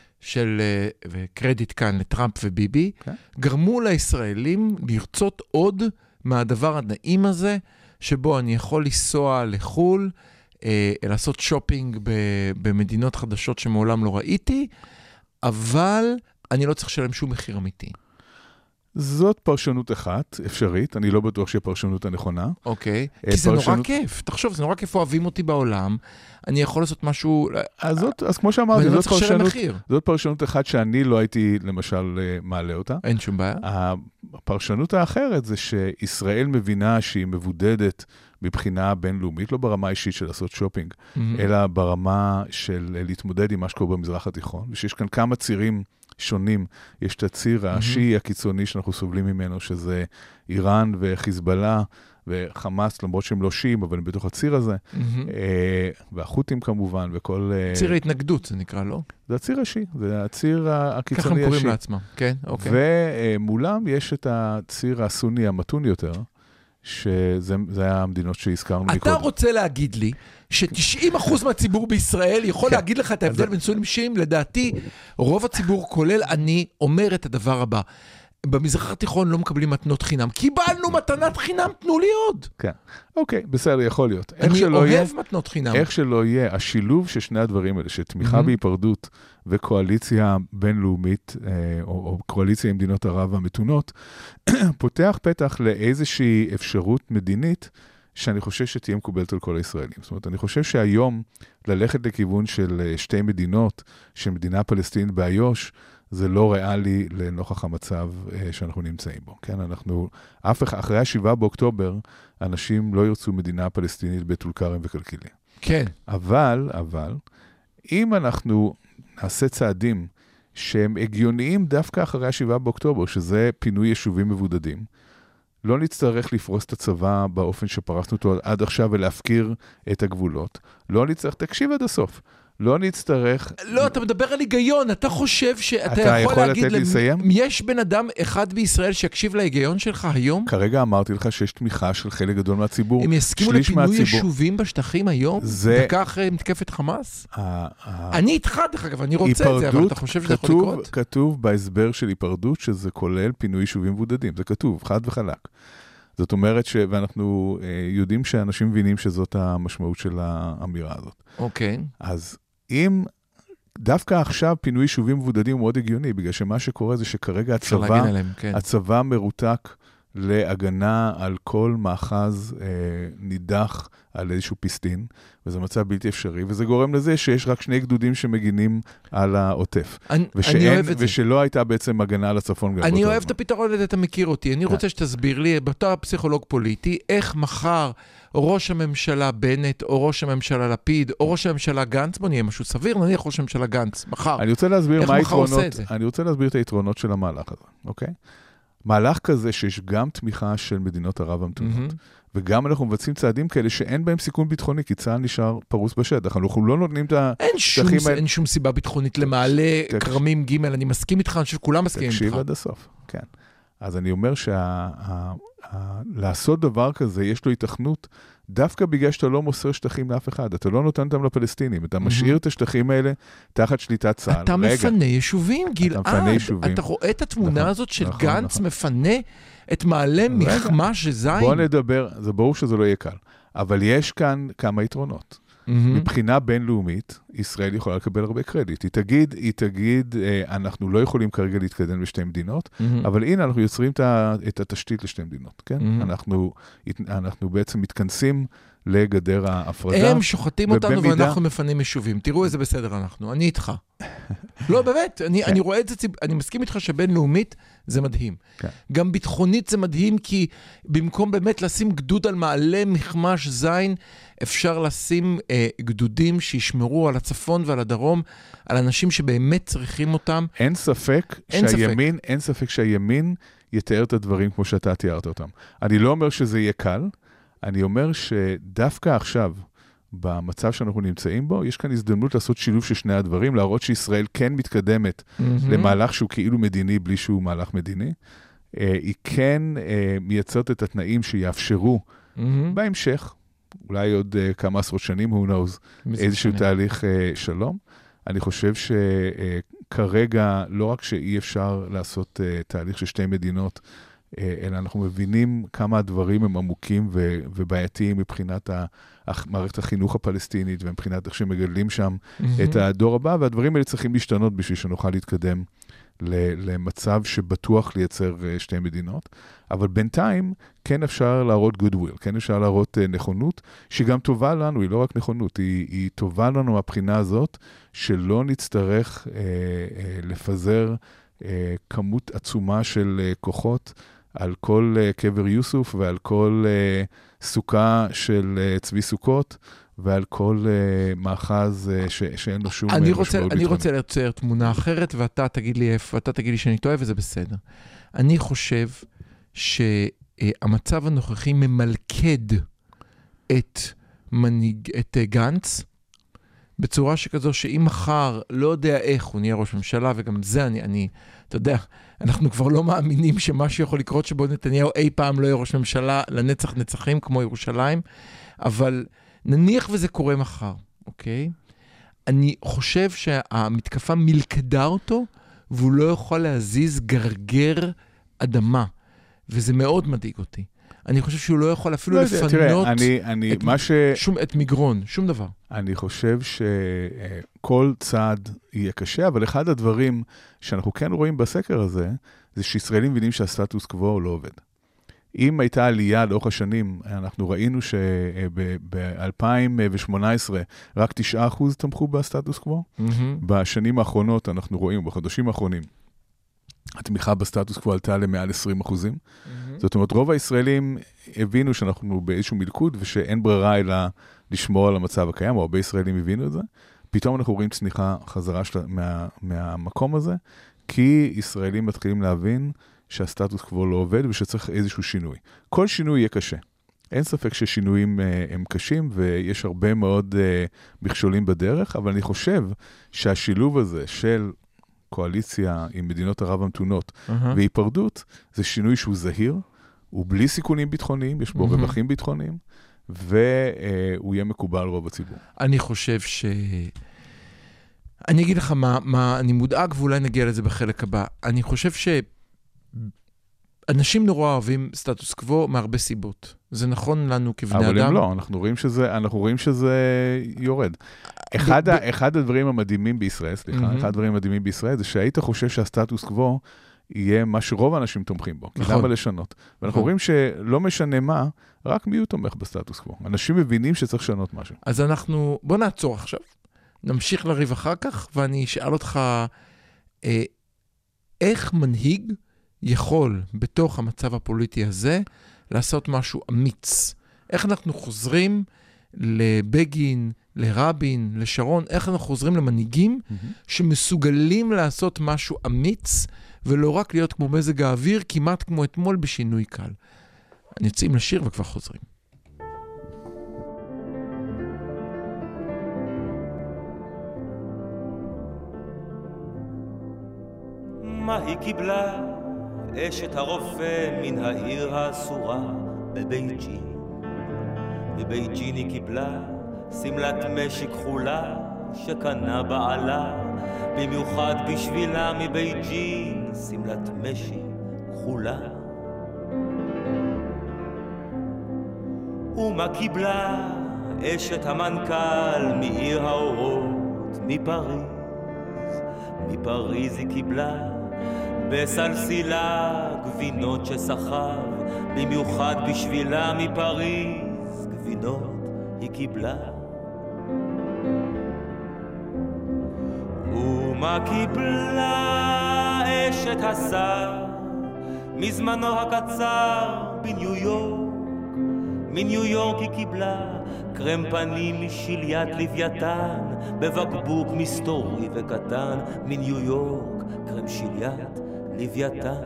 וקרדיט כאן לטראמפ וביבי, גרמו לישראלים לרצות עוד מהדבר הנעים הזה, שבו אני יכול לנסוע לחול, לעשות שופינג במדינות חדשות שמעולם לא ראיתי, אבל אני לא צריך לשלם שום מחיר אמיתי.
זאת פרשנות אחת, אפשרית, אני לא בטוח שהיא הפרשנות הנכונה.
אוקיי, כי זה נורא כיף. תחשוב, זה נורא כיף, אוהבים אותי בעולם, אני יכול לעשות משהו...
אז כמו שאמרתי, זאת פרשנות אחת שאני לא הייתי, למשל, מעלה אותה.
אין שום בעיה.
הפרשנות האחרת זה שישראל מבינה שהיא מבודדת מבחינה בינלאומית, לא ברמה אישית של לעשות שופינג, אלא ברמה של להתמודד עם מה שקורה במזרח התיכון, ושיש כאן כמה צירים שונים. יש את הציר השיעי הקיצוני שאנחנו סובלים ממנו, שזה איראן וחיזבאללה וחמאס, למרות שהם לא שיעים, אבל הם בתוך הציר הזה, והחות'ים כמובן, וכל...
ציר ההתנגדות זה נקרא, לא?
זה הציר השיעי, זה הציר הקיצוני השיעי.
ככה הם קוראים לעצמם, כן, אוקיי.
ומולם יש את הציר הסוני המתון יותר, שזה היה המדינות שהזכרנו מקודם.
אתה רוצה להגיד לי ש90% מהציבור בישראל יכול להגיד לך את ההבדל בין סונים שיעים? לדעתי, רוב הציבור כולל אני אומר את הדבר הבא. במזרח התיכון לא מקבלים מתנות חינם. קיבלנו מתנת חינם, תנו לי עוד.
כן, אוקיי, בסדר, יכול להיות.
אני אוהב מתנות חינם.
איך שלא יהיה, השילוב של שני הדברים האלה, שתמיכה בהיפרדות וקואליציה בינלאומית, או קואליציה עם מדינות ערב המתונות, פותח פתח לאיזושהי אפשרות מדינית, שאני חושב שתהיה מקובלת על כל הישראלים. זאת אומרת, אני חושב שהיום ללכת לכיוון של שתי מדינות, של מדינה פלסטינית באיו"ש, זה לא ריאלי לנוכח המצב שאנחנו נמצאים בו. כן, אחרי 7 באוקטובר, אנשים לא ירצו מדינה פלסטינית בטול כרם וקלקיליה.
כן.
אבל, אם אנחנו נעשה צעדים שהם הגיוניים דווקא אחרי 7 באוקטובר, שזה פינוי יישובים מבודדים, לא נצטרך לפרוס את הצבא באופן שפרסנו אותו עד עכשיו ולהפקיר את הגבולות. לא נצטרך, תקשיב עד הסוף. לא נצטרך...
לא, אתה מדבר על היגיון, אתה חושב שאתה
יכול להגיד... לתת לי לסיים?
יש בן אדם אחד בישראל שיקשיב להיגיון שלך היום?
כרגע אמרתי לך שיש תמיכה של חלק גדול מהציבור.
הם יסכימו לפינוי יישובים בשטחים היום? וכך מתקפת חמאס? אני איתך, דרך אגב, אני רוצה את זה, אבל אתה חושב שזה יכול לקרות?
כתוב בהסבר של היפרדות שזה כולל פינוי יישובים מבודדים. זה כתוב, חד וחלק. זאת אומרת ואנחנו יודעים שאנשים מבינים שזאת המשמעות של האמירה הזאת.
אוקיי.
אז אם דווקא עכשיו פינוי יישובים מבודדים הוא מאוד הגיוני, בגלל שמה שקורה זה שכרגע הצבא מרותק להגנה על כל מאחז נידח על איזשהו פיסטין, וזה מצב בלתי אפשרי, וזה גורם לזה שיש רק 2 גדודים שמגינים על העוטף. ושלא הייתה בעצם הגנה על הצפון.
אני אוהב את הפתרון הזה, אתה מכיר אותי. אני רוצה שתסביר לי, בתור פסיכולוג פוליטי, איך מחר ראש הממשלה בנט, או ראש הממשלה לפיד, או ראש הממשלה גנץ, בוא נהיה משהו סביר, נניח ראש הממשלה גנץ, מחר.
אני רוצה להסביר מה היתרונות, אני רוצה להסביר את היתרונות של המהלך הזה, אוקיי? מהלך כזה שיש גם תמיכה של מדינות ערב המתונות, וגם אנחנו מבצעים צעדים כאלה שאין בהם סיכון ביטחוני, כי צה"ל נשאר פרוס בשטח. אנחנו לא נותנים את השטחים האלה.
אין שום סיבה ביטחונית למעלה כרמים ג', אני מסכים איתך, אני חושב שכולם מסכימים איתך.
תקשיב עד הסוף, כן. אז אני אומר לעשות דבר כזה, יש לו התכנות, דווקא בגלל שאתה לא מוסר שטחים לאף אחד, אתה לא נותן אותם לפלסטינים, אתה משאיר את השטחים האלה תחת שליטת צה"ל.
אתה מפנה יישובים, גלעד, אתה רואה את התמונה הזאת של גנץ מפנה את מעלה מחמש זין?
בוא נדבר, זה ברור שזה לא יהיה קל, אבל יש כאן כמה יתרונות. מבחינה בינלאומית, ישראל יכולה לקבל הרבה קרדיט. היא תגיד, אנחנו לא יכולים כרגע להתקדם לשתי מדינות, אבל הנה אנחנו יוצרים את התשתית לשתי מדינות, כן? אנחנו בעצם מתכנסים לגדר ההפרדה.
הם שוחטים אותנו ואנחנו מפנים יישובים. תראו איזה בסדר אנחנו, אני איתך. לא, באמת, אני רואה את זה, אני מסכים איתך שבינלאומית זה מדהים. גם ביטחונית זה מדהים, כי במקום באמת לשים גדוד על מעלה מחמש זין, אפשר לשים גדודים שישמרו על הצפון ועל הדרום, על אנשים שבאמת צריכים אותם.
אין ספק שהימין יתאר את הדברים כמו שאתה תיארת אותם. אני לא אומר שזה יהיה קל, אני אומר שדווקא עכשיו, במצב שאנחנו נמצאים בו, יש כאן הזדמנות לעשות שילוב של שני הדברים, להראות שישראל כן מתקדמת למהלך שהוא כאילו מדיני, בלי שהוא מהלך מדיני. היא כן מייצרת את התנאים שיאפשרו בהמשך, אולי עוד כמה עשרות שנים, who knows, איזשהו תהליך שלום. אני חושב שכרגע לא רק שאי אפשר לעשות תהליך של שתי מדינות, אלא אנחנו מבינים כמה הדברים הם עמוקים ובעייתיים מבחינת מערכת החינוך הפלסטינית, ומבחינת איך שמגדלים שם את הדור הבא, והדברים האלה צריכים להשתנות בשביל שנוכל להתקדם למצב שבטוח לייצר שתי מדינות. אבל בינתיים כן אפשר להראות goodwill, כן אפשר להראות נכונות, שגם טובה לנו, היא לא רק נכונות, היא טובה לנו מהבחינה הזאת, שלא נצטרך לפזר כמות עצומה של כוחות, על כל קבר יוסוף ועל כל סוכה של צבי סוכות ועל כל מאחז שאין לו שום משמעות ביטחונית.
אני רוצה לייצר תמונה אחרת, ואתה תגיד לי איפה, אתה תגיד לי שאני טועה, וזה בסדר. אני חושב שהמצב הנוכחי ממלכד את גנץ, בצורה שכזו שאם מחר לא יודע איך הוא נהיה ראש ממשלה, וגם זה אתה יודע, אנחנו כבר לא מאמינים שמשהו יכול לקרות שבו נתניהו אי פעם לא יהיה ראש ממשלה לנצח נצחים כמו ירושלים, אבל נניח וזה קורה מחר, אוקיי? אני חושב שהמתקפה מלכדה אותו, והוא לא יכול להזיז גרגר אדמה, וזה מאוד מדאיג אותי. אני חושב שהוא לא יכול אפילו לפנות את מגרון, שום דבר.
אני חושב שכל צעד יהיה קשה, אבל אחד הדברים שאנחנו כן רואים בסקר הזה, זה שישראלים מבינים שהסטטוס קוו לא עובד. אם הייתה עלייה לאורך השנים, אנחנו ראינו שב-2018 רק 9% תמכו בסטטוס קוו. בשנים האחרונות אנחנו רואים, בחודשים האחרונים, התמיכה בסטטוס קוו עלתה למעל 20%. זאת אומרת, רוב הישראלים הבינו שאנחנו באיזשהו מלכוד, ושאין ברירה אלא לשמור על המצב הקיים, או הרבה ישראלים הבינו את זה. פתאום אנחנו רואים צניחה חזרה מהמקום הזה, כי ישראלים מתחילים להבין שהסטטוס קוו לא עובד, ושצריך איזשהו שינוי. כל שינוי יהיה קשה. אין ספק ששינויים הם קשים, ויש הרבה מאוד מכשולים בדרך, אבל אני חושב שהשילוב הזה של קואליציה עם מדינות ערב המתונות והיפרדות, זה שינוי שהוא זהיר, הוא בלי סיכונים ביטחוניים, יש בו רווחים ביטחוניים, והוא יהיה מקובל רוב הציבור.
אני חושב אני אגיד לך מה אני מודאג, ואולי נגיע לזה בחלק הבא. אני חושב אנשים נורא אוהבים סטטוס קוו מהרבה סיבות. זה נכון לנו כבני אדם.
אבל אם לא, אנחנו רואים שזה יורד. אחד הדברים המדהימים בישראל, זה שהיית חושב שהסטטוס קוו יהיה מה שרוב האנשים תומכים בו. כי למה לשנות? ואנחנו רואים שלא משנה מה, רק מי הוא תומך בסטטוס קוו. אנשים מבינים שצריך לשנות משהו.
אז בוא נעצור עכשיו. נמשיך לריב אחר כך, ואני אשאל אותך, איך מנהיג יכול בתוך המצב הפוליטי הזה לעשות משהו אמיץ? איך אנחנו חוזרים לבגין, לרבין, לשרון, איך אנחנו חוזרים למנהיגים שמסוגלים לעשות משהו אמיץ, ולא רק להיות כמו מזג האוויר, כמעט כמו אתמול בשינוי קל. אני יוצאים לשיר וכבר חוזרים.
מה היא קיבלה? אשת הרופא מן העיר האסורה בבייג'ין. בבייג'ין היא קיבלה סמלת משי כחולה שקנה בעלה, במיוחד בשבילה מבייג'ין סמלת משי כחולה. ומה קיבלה אשת המנכ"ל מעיר האורות מפריז? מפריז היא קיבלה בסלסילה גבינות שסחב, במיוחד בשבילה מפריז גבינות היא קיבלה. ומה קיבלה אשת השר מזמנו הקצר בניו יורק? מניו יורק היא קיבלה קרם פנים משיליית לוויתן בבקבוק מסתורי וקטן. מניו יורק קרם שיליית לוויתן.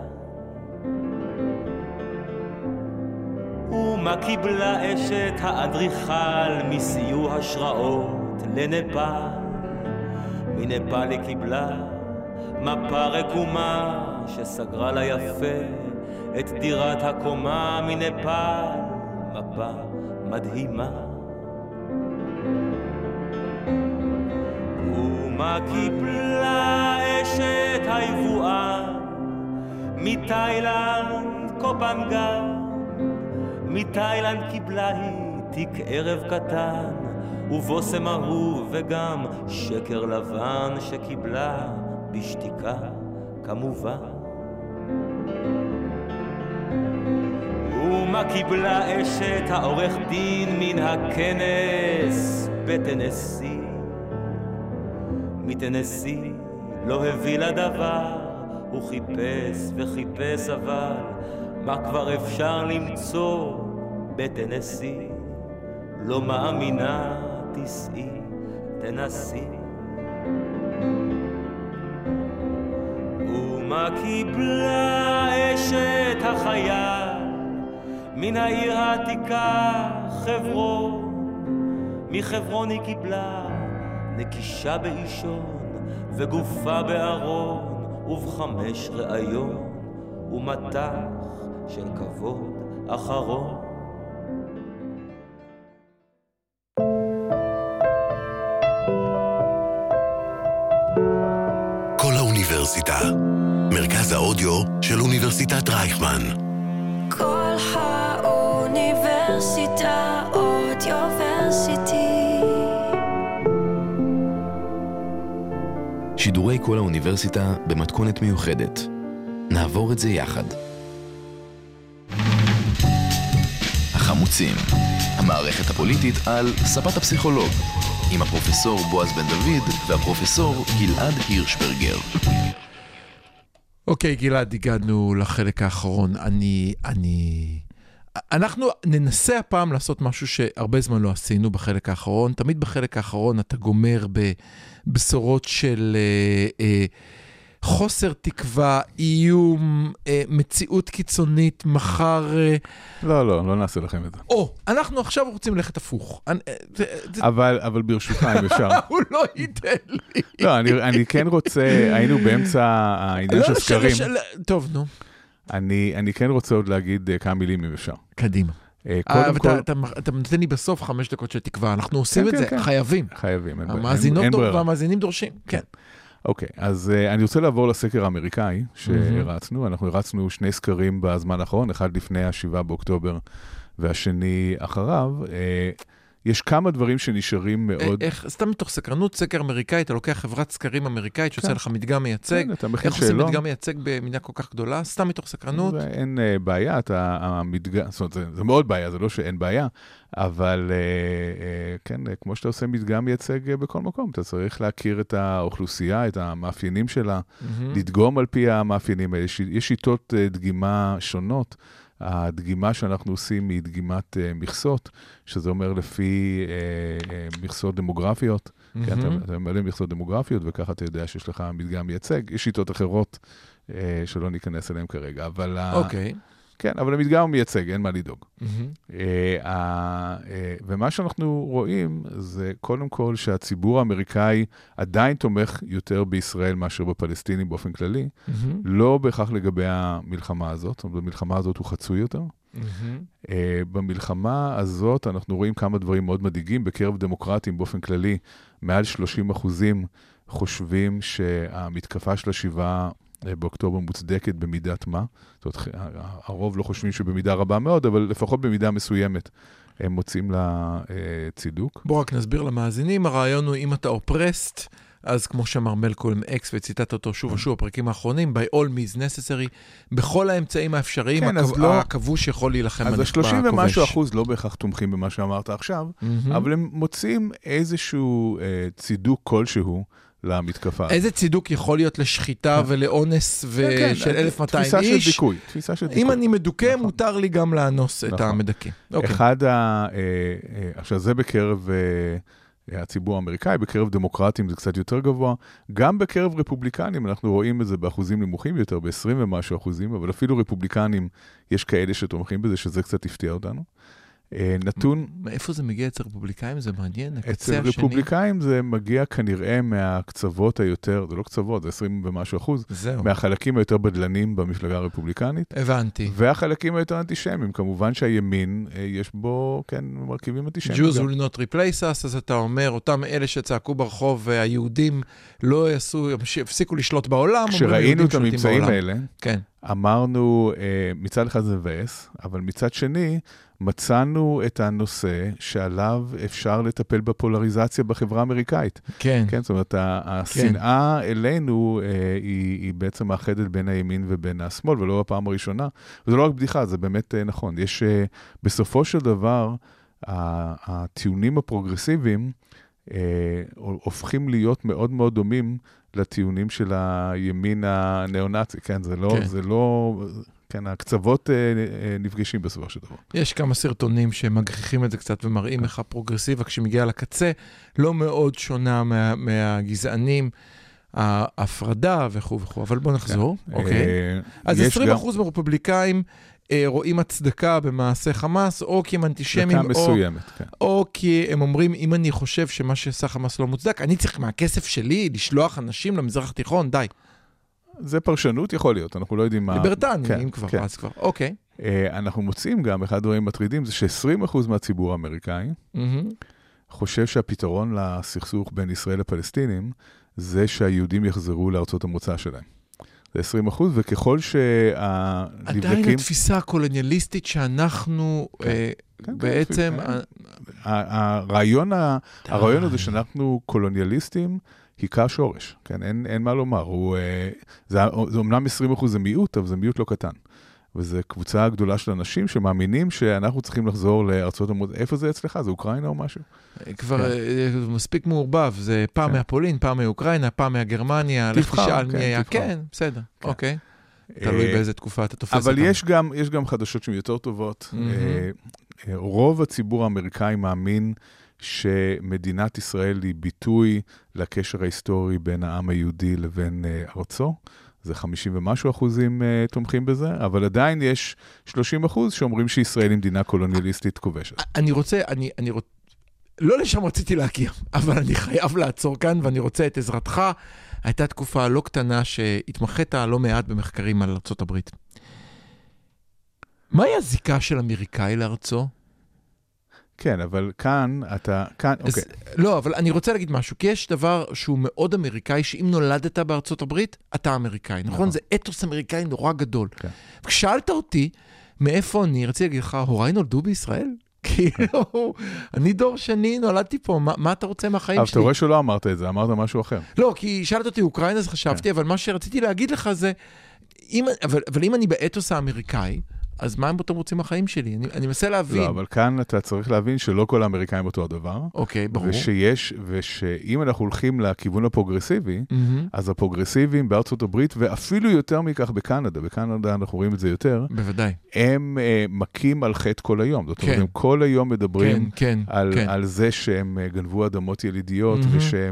ומה קיבלה אשת האדריכל מסיוע השראות לנפאל? מנפאל היא קיבלה מפה רקומה שסגרה לה יפה את דירת הקומה. מנפאל מפה מדהימה. ומה קיבלה אשת היבואן מתאילנד קופנגן? מתאילנד קיבלה היא תיק ערב קטן ובוסם אהוב וגם שקר לבן שקיבלה בשתיקה כמובן. ומה קיבלה אשת העורך דין מן הכנס בטנסי? מטנסי לא הביא לה דבר, הוא חיפש וחיפש, אבל מה כבר אפשר למצוא בטנסי? לא מאמינה, תסעי, תנסי. ומה קיבלה אשת החייל מן העיר העתיקה חברון? מחברון היא קיבלה נקישה באישון וגופה בארון ובחמש ראיון ומתח של כבוד אחרון.
כל האוניברסיטה, מרכז האודיו של אוניברסיטת רייכמן.
כל האוניברסיטה אודיוורסיטי.
שידורי כל האוניברסיטה במתכונת מיוחדת. נעבור את זה יחד. קיבוצים. המערכת הפוליטית על ספת הפסיכולוג, עם הפרופסור בועז בן דוד והפרופסור גלעד הירשברגר.
אוקיי, גלעד, הגענו לחלק האחרון. אנחנו ננסה הפעם לעשות משהו שהרבה זמן לא עשינו בחלק האחרון. תמיד בחלק האחרון אתה גומר בבשורות של חוסר תקווה, איום, מציאות קיצונית, מחר...
לא נעשה לכם את זה.
אנחנו עכשיו רוצים ללכת הפוך.
אבל ברשותך, אם אפשר.
הוא לא ייתן לי.
לא, אני כן רוצה, היינו באמצע העניין של סקרים.
טוב, נו.
אני כן רוצה עוד להגיד כמה מילים אם אפשר.
קדימה. אתה נותן לי בסוף 5 דקות של תקווה, אנחנו עושים את זה, חייבים.
חייבים,
והמאזינים דורשים, כן.
אוקיי, אז אני רוצה לעבור לסקר האמריקאי שהרצנו. אנחנו הרצנו 2 סקרים בזמן האחרון, אחד לפני 7 באוקטובר והשני אחריו. יש כמה דברים שנשארים מאוד...
סתם מתוך סקרנות, סקר אמריקאי, אתה לוקח חברת סקרים אמריקאית שעושה לך מדגם מייצג, איך עושים מדגם מייצג במדינה כל כך גדולה? סתם מתוך סקרנות?
אין בעיה, זאת אומרת, זה מאוד בעיה, זה לא שאין בעיה, אבל כן, כמו שאתה עושה מדגם מייצג בכל מקום, אתה צריך להכיר את האוכלוסייה, את המאפיינים שלה, לדגום על פי המאפיינים האלה. יש שיטות דגימה שונות, הדגימה שאנחנו עושים היא דגימת מכסות, שזה אומר לפי מכסות דמוגרפיות, אתה ממלא מכסות דמוגרפיות, וככה אתה יודע שיש לך מדגם מייצג. יש שיטות אחרות שלא ניכנס אליהן כרגע, אבל...
אוקיי.
כן, אבל המדגם הוא מייצג, אין מה לדאוג. ומה שאנחנו רואים זה קודם כל שהציבור האמריקאי עדיין תומך יותר בישראל מאשר בפלסטינים באופן כללי, לא בהכרח לגבי המלחמה הזאת, במלחמה הזאת הוא חצוי יותר. במלחמה הזאת אנחנו רואים כמה דברים מאוד מדאיגים, בקרב דמוקרטים באופן כללי, מעל 30% חושבים שהמתקפה של 7 באוקטובר מוצדקת במידת מה. זאת אומרת, הרוב לא חושבים שבמידה רבה מאוד, אבל לפחות במידה מסוימת הם מוצאים לה צידוק.
בוא רק נסביר למאזינים, הרעיון הוא אם אתה אופרסט, אז כמו שאמר מלקולם אקס, וציטט אותו שוב ושוב בפרקים האחרונים, by all means necessary, בכל האמצעים האפשריים, הכבוש יכול להילחם
בנכבה הכובש. אז 30 ומשהו אחוז לא בהכרח תומכים במה שאמרת עכשיו, אבל הם מוצאים איזשהו צידוק כלשהו, למתקפה.
איזה צידוק יכול להיות לשחיטה ולאונס של 1,200 איש?
תפיסה של דיכוי.
אם אני מדוכא, מותר לי גם לאנוס את המדכא.
עכשיו זה בקרב הציבור האמריקאי, בקרב דמוקרטים זה קצת יותר גבוה, גם בקרב רפובליקנים, אנחנו רואים את זה באחוזים נמוכים יותר, ב-20 ומשהו אחוזים, אבל אפילו רפובליקנים יש כאלה שתומכים בזה, שזה קצת הפתיע אותנו. נתון...
מאיפה זה מגיע אצל רפובליקאים? זה מעניין.
אצל רפובליקאים זה מגיע כנראה מהקצוות היותר, זה לא קצוות, זה 20 ומשהו אחוז, מהחלקים היותר בדלנים במפלגה הרפובליקנית.
הבנתי.
והחלקים היותר אנטישמיים. כמובן שהימין, יש בו, כן, מרכיבים אנטישמיים.
Jews will not replace us, אז אתה אומר, אותם אלה שצעקו ברחוב, היהודים לא הפסיקו לשלוט בעולם.
כשראינו את הממצאים האלה,
כן.
אמרנו, מצד אחד זה מבאס, אבל מצד שני, מצאנו את הנושא שעליו אפשר לטפל בפולריזציה בחברה האמריקאית.
כן.
כן, זאת אומרת, השנאה אלינו היא בעצם מאחדת בין הימין ובין השמאל, ולא הפעם הראשונה. וזה לא רק בדיחה, זה באמת נכון. יש, בסופו של דבר, הטיעונים הפרוגרסיביים הופכים להיות מאוד מאוד דומים לטיעונים של הימין הנאו-נאצי. כן, זה לא... כן, הקצוות נפגשים בסופו של דבר.
יש כמה סרטונים שמגחיכים את זה קצת ומראים איך הפרוגרסיבה, כשמגיעה לקצה, לא מאוד שונה מהגזענים, ההפרדה וכו' וכו'. אבל בוא נחזור. אוקיי. אז 20% מהרפובליקאים רואים הצדקה במעשה חמאס, או כי הם אנטישמים, או כי הם אומרים, אם אני חושב שמה שעשה חמאס לא מוצדק, אני צריך מהכסף שלי לשלוח אנשים למזרח התיכון, די.
זה פרשנות יכול להיות, אנחנו לא יודעים מה...
ליברטני, אם כבר, אז כבר, אוקיי.
אנחנו מוצאים גם, אחד הדברים מטרידים, זה ש20% מהציבור האמריקאי חושב שהפתרון לסכסוך בין ישראל לפלסטינים, זה שהיהודים יחזרו לארצות המוצא שלהם. זה 20%, וככל שהנבדקים...
עדיין התפיסה הקולוניאליסטית שאנחנו בעצם...
הרעיון הזה שאנחנו קולוניאליסטים, היכה שורש, כן? אין מה לומר. זה אומנם 20% זה מיעוט, אבל זה מיעוט לא קטן. וזו קבוצה גדולה של אנשים שמאמינים שאנחנו צריכים לחזור לארצות המוצא. איפה זה אצלך? זה אוקראינה או משהו?
כבר מספיק מעורבב, זה פעם מהפולין, פעם מאוקראינה, פעם מהגרמניה,
תבחר,
כן, בסדר, אוקיי. תלוי באיזה תקופה אתה תופס אותם.
אבל יש גם חדשות שהן יותר טובות. רוב הציבור האמריקאי מאמין שמדינת ישראל היא ביטוי לקשר ההיסטורי בין העם היהודי לבין ארצו. זה 50 ומשהו אחוזים תומכים בזה, אבל עדיין יש 30% שאומרים שישראל היא מדינה קולוניאליסטית כובשת.
אני רוצה, לא לשם רציתי להגיע, אבל אני חייב לעצור כאן, ואני רוצה את עזרתך. הייתה תקופה לא קטנה שהתמחית לא מעט במחקרים על ארצות הברית. מהי הזיקה של אמריקאי לארצו?
כן, אבל כאן, אוקיי.
לא, אבל אני רוצה להגיד משהו, כי יש דבר שהוא מאוד אמריקאי, שאם נולדת בארצות הברית, אתה אמריקאי, נכון? זה אתוס אמריקאי נורא גדול. כשאלת אותי, מאיפה אני רציתי להגיד לך, הוריי נולדו בישראל? כאילו, אני דור שני, נולדתי פה, מה אתה רוצה מהחיים שלי?
אבל אתה רואה שלא אמרת את זה, אמרת משהו אחר.
לא, כי שאלת אותי אוקראינה, אז חשבתי, אבל מה שרציתי להגיד לך זה, אבל אם אני באתוס האמריקאי, אז מה הם אתם רוצים מהחיים שלי? אני מנסה להבין.
לא, אבל כאן אתה צריך להבין שלא כל האמריקאים אותו הדבר.
אוקיי, ברור.
ושאם אנחנו הולכים לכיוון הפרוגרסיבי, אז הפרוגרסיביים בארצות הברית, ואפילו יותר מכך בקנדה, בקנדה אנחנו רואים את זה יותר,
בוודאי.
הם מכים על חטא כל היום. זאת אומרת, הם כל היום מדברים על זה שהם גנבו אדמות ילידיות,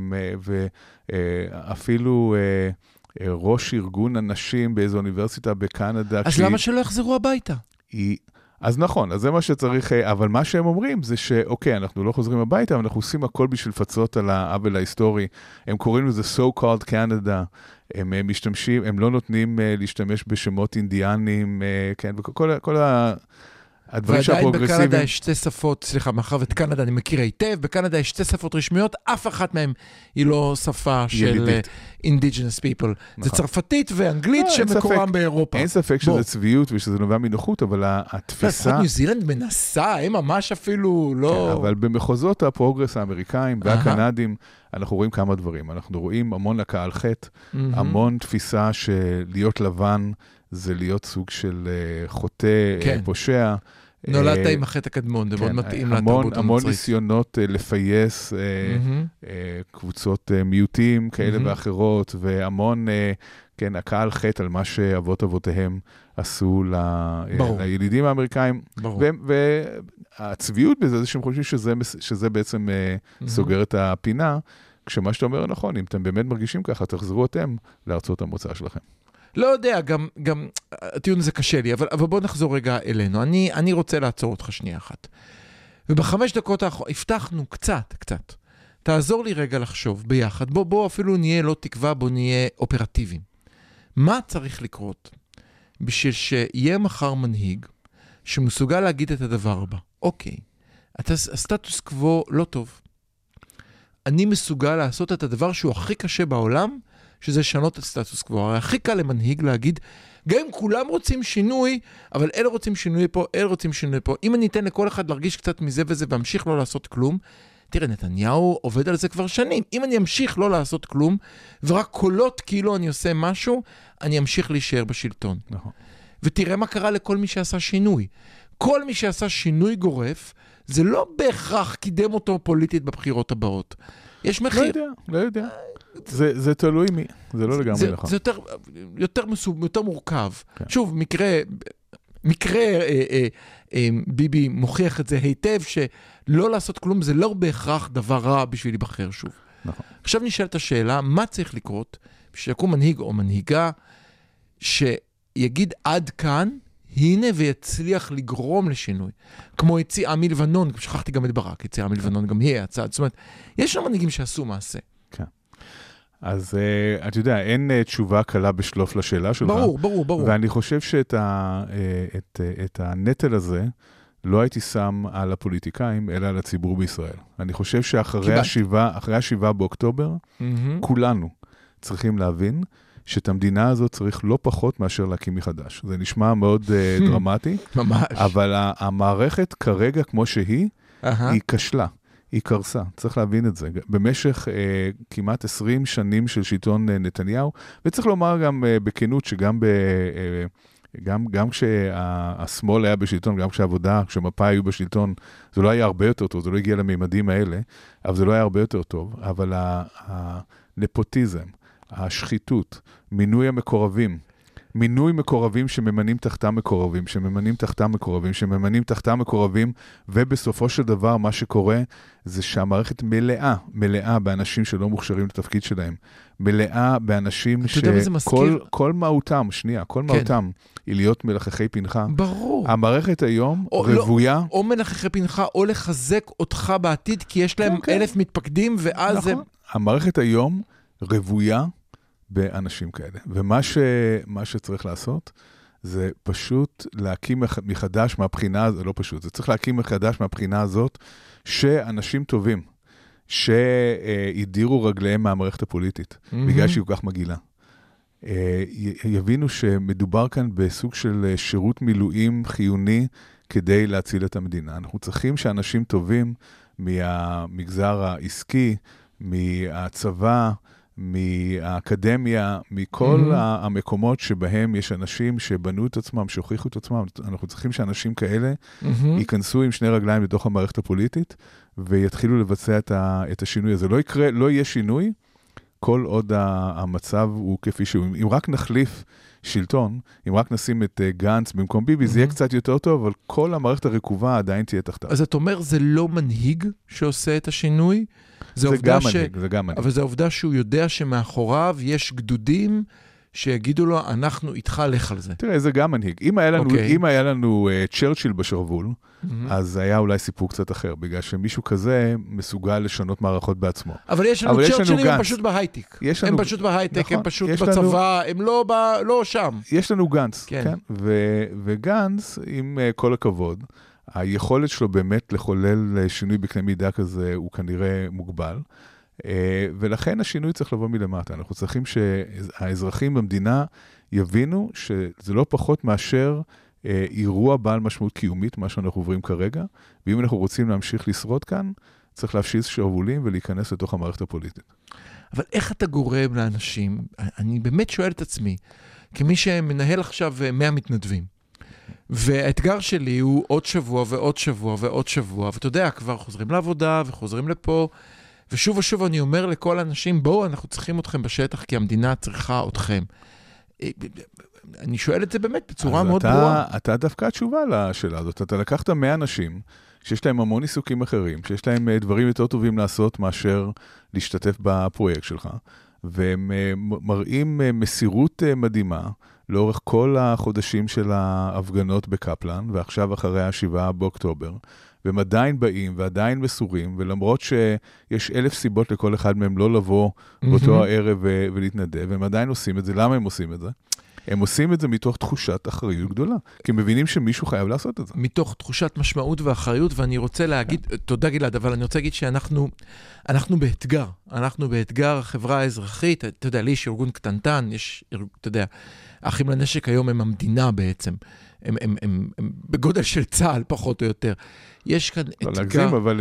ואפילו ראש ארגון אנשים באיזו אוניברסיטה בקנדה.
אז למה שלא יחזרו הביתה?
אז נכון, אז זה מה שצריך, אבל מה שהם אומרים זה שאוקיי, אנחנו לא חוזרים הביתה, אבל אנחנו עושים הכל בשביל לפצות על העוול ההיסטורי. הם קוראים לזה so-called Canada, הם משתמשים, הם לא נותנים להשתמש בשמות אינדיאנים, כן, וכל הדברים שהפרוגרסיביים...
ועדיין בקנדה יש שתי שפות, סליחה, מאחר ואת קנדה אני מכיר היטב, בקנדה יש שתי שפות רשמיות, אף אחת מהן היא לא שפה של indigenous people. זה צרפתית ואנגלית שמקורם באירופה.
אין ספק שזה צביעות ושזה נובע מנוחות, אבל התפיסה...
ניו זילנד מנסה, הם ממש אפילו לא...
אבל במחוזות הפרוגרס האמריקאים והקנדים, אנחנו רואים כמה דברים. אנחנו רואים המון הקה על חטא, המון תפיסה שלהיות לבן זה להיות סוג של חוטא, פושע.
נולדת עם החטא הקדמון, זה מאוד מתאים לתרבות הנוצרית.
המון ניסיונות לפייס קבוצות מיעוטים כאלה ואחרות, והמון, כן, הקהל חטא על מה שאבות אבותיהם עשו לילידים האמריקאים. והצביעות בזה זה שהם חושבים שזה בעצם סוגר את הפינה, כשמה שאתה אומר נכון, אם אתם באמת מרגישים ככה, תחזרו אתם לארצות המוצא שלכם.
לא יודע, גם הטיעון הזה קשה לי, אבל בוא נחזור רגע אלינו. אני רוצה לעצור אותך שנייה אחת. ובחמש דקות הבטחנו קצת. תעזור לי רגע לחשוב ביחד. בוא אפילו נהיה לא תקווה, בוא נהיה אופרטיביים. מה צריך לקרות בשביל שיהיה מחר מנהיג שמסוגל להגיד את הדבר הבא? אוקיי, הסטטוס קוו לא טוב. אני מסוגל לעשות את הדבר שהוא הכי קשה בעולם, שזה לשנות את סטטוס קוו. הרי הכי קל למנהיג להגיד, גם אם כולם רוצים שינוי, אבל אלה רוצים שינוי פה, אלה רוצים שינוי פה. אם אני אתן לכל אחד להרגיש קצת מזה וזה, והמשיך לא לעשות כלום, תראה, נתניהו עובד על זה כבר שנים. אם אני אמשיך לא לעשות כלום, ורק קולות כאילו אני עושה משהו, אני אמשיך להישאר בשלטון. נכון. ותראה מה קרה לכל מי שעשה שינוי. כל מי שעשה שינוי גורף, זה לא בהכרח קידם אותו פוליטית בבחירות הבאות. יש מחיר.
לא יודע. זה תלוי מי, זה לא לגמרי נכון.
זה יותר מורכב. שוב, מקרה ביבי מוכיח את זה היטב, שלא לעשות כלום זה לא בהכרח דבר רע בשביל להיבחר שוב.
נכון.
עכשיו נשאלת השאלה, מה צריך לקרות שיקום מנהיג או מנהיגה שיגיד עד כאן, הנה ויצליח לגרום לשינוי. כמו יציאה מלבנון, שכחתי גם את ברק, יציאה מלבנון גם היא הצעד. זאת אומרת, יש שם מנהיגים שעשו מעשה.
כן. אז אתה יודע, אין תשובה קלה בשלוף לשאלה שלך.
ברור.
ואני חושב שאת הנטל הזה לא הייתי שם על הפוליטיקאים, אלא על הציבור בישראל. אני חושב שאחרי ה-7 באוקטובר, כולנו צריכים להבין שאת המדינה הזאת צריך לא פחות מאשר להקים מחדש. זה נשמע מאוד דרמטי.
ממש.
אבל המערכת כרגע כמו שהיא, היא כשלה. היא קרסה, צריך להבין את זה. במשך כמעט 20 שנים של שלטון נתניהו, וצריך לומר גם בכנות שגם גם כשהשמאל היה בשלטון, גם כשהעבודה, כשמפא"י היו בשלטון, זה לא היה הרבה יותר טוב, זה לא הגיע לממדים האלה, אבל זה לא היה הרבה יותר טוב. אבל הנפוטיזם, השחיתות, מינוי מקורבים שממנים תחתם מקורבים, ובסופו של דבר מה שקורה זה שהמערכת מלאה באנשים שלא מוכשרים לתפקיד שלהם, מלאה באנשים שכל מהותם, היא להיות מלחכי פנחה.
ברור.
המערכת היום רבויה.
או מלחכי פנחה, או לחזק אותך בעתיד, כי יש להם 1,000 מתפקדים, ואז
נכון. המערכת היום רבויה באנשים כאלה. ומה שצריך לעשות, זה פשוט להקים מחדש מהבחינה, זה לא פשוט, זה צריך להקים מחדש מהבחינה הזאת, שאנשים טובים, שהדירו רגליהם מהמערכת הפוליטית, בגלל שהיא כל כך מגעילה. יבינו שמדובר כאן בסוג של שירות מילואים חיוני, כדי להציל את המדינה. אנחנו צריכים שאנשים טובים, מהמגזר העסקי, מהצבא, מהאקדמיה, מכל המקומות שבהם יש אנשים שבנו את עצמם, שהוכיחו את עצמם. אנחנו צריכים שאנשים כאלה ייכנסו עם שני רגליים לתוך המערכת הפוליטית, ויתחילו לבצע את השינוי הזה. לא יהיה שינוי, כל עוד המצב הוא כפי שהוא. אם רק נחליף שלטון, אם רק נשים את גנץ במקום ביבי, זה יהיה קצת יותר טוב, אבל כל המערכת הרקובה עדיין תהיה תחתיו.
אז את אומר, זה לא מנהיג שעושה את השינוי?
זה גם מנהיג.
אבל זה העובדה שהוא יודע שמאחוריו יש גדודים שיגידו לו, אנחנו איתך, לך על זה.
תראה, זה גם מנהיג. אם היה לנו צ'רצ'יל בשרוול, אז היה אולי סיפור קצת אחר, בגלל שמישהו כזה מסוגל לשנות מערכות בעצמו.
אבל יש לנו צ'רצ'ילים, הם פשוט בהייטק. הם פשוט בהייטק, הם פשוט בצבא, הם לא שם.
יש לנו גנץ, כן. וגנץ, עם כל הכבוד, היכולת שלו באמת לחולל שינוי בקנה מידה כזה, הוא כנראה מוגבל. ולכן השינוי צריך לבוא מלמטה. אנחנו צריכים שהאזרחים במדינה יבינו שזה לא פחות מאשר אירוע בעל משמעות קיומית, מה שאנחנו עוברים כרגע, ואם אנחנו רוצים להמשיך לשרוד כאן, צריך להפשיז שרוולים ולהיכנס לתוך המערכת הפוליטית.
אבל איך אתה גורם לאנשים? אני באמת שואל את עצמי, כמי שמנהל עכשיו 100 מתנדבים, והאתגר שלי הוא עוד שבוע ועוד שבוע ועוד שבוע, ואתה יודע, כבר חוזרים לעבודה וחוזרים לפה, ושוב ושוב אני אומר לכל האנשים, בואו, אנחנו צריכים אתכם בשטח, כי המדינה צריכה אתכם. אני שואל את זה באמת בצורה מאוד ברורה.
אתה דווקא התשובה לשאלה הזאת. אתה לקחת 100 אנשים, שיש להם המון עיסוקים אחרים, שיש להם דברים יותר טובים לעשות מאשר להשתתף בפרויקט שלך, והם מראים מסירות מדהימה, לאורך כל החודשים של ההפגנות בקפלן, ועכשיו אחרי 7 באוקטובר, והם עדיין באים ועדיין מסורים, ולמרות שיש 1,000 סיבות לכל אחד מהם לא לבוא באותו הערב ולהתנדב, והם עדיין עושים את זה. למה הם עושים את זה? הם עושים את זה מתוך תחושת אחריות גדולה, כי הם מבינים שמישהו חייב לעשות את זה.
מתוך תחושת משמעות ואחריות, ואני רוצה להגיד, תודה גלעד, אבל אני רוצה להגיד שאנחנו באתגר, החברה האזרחית, אתה יודע, לי יש ארגון קטנטן, אתה יודע, האחים לנשק היום הם המדינה בעצם, הם בגודל של צה"ל פחות או יותר. יש כאן אתגר.
לא להגזים, אבל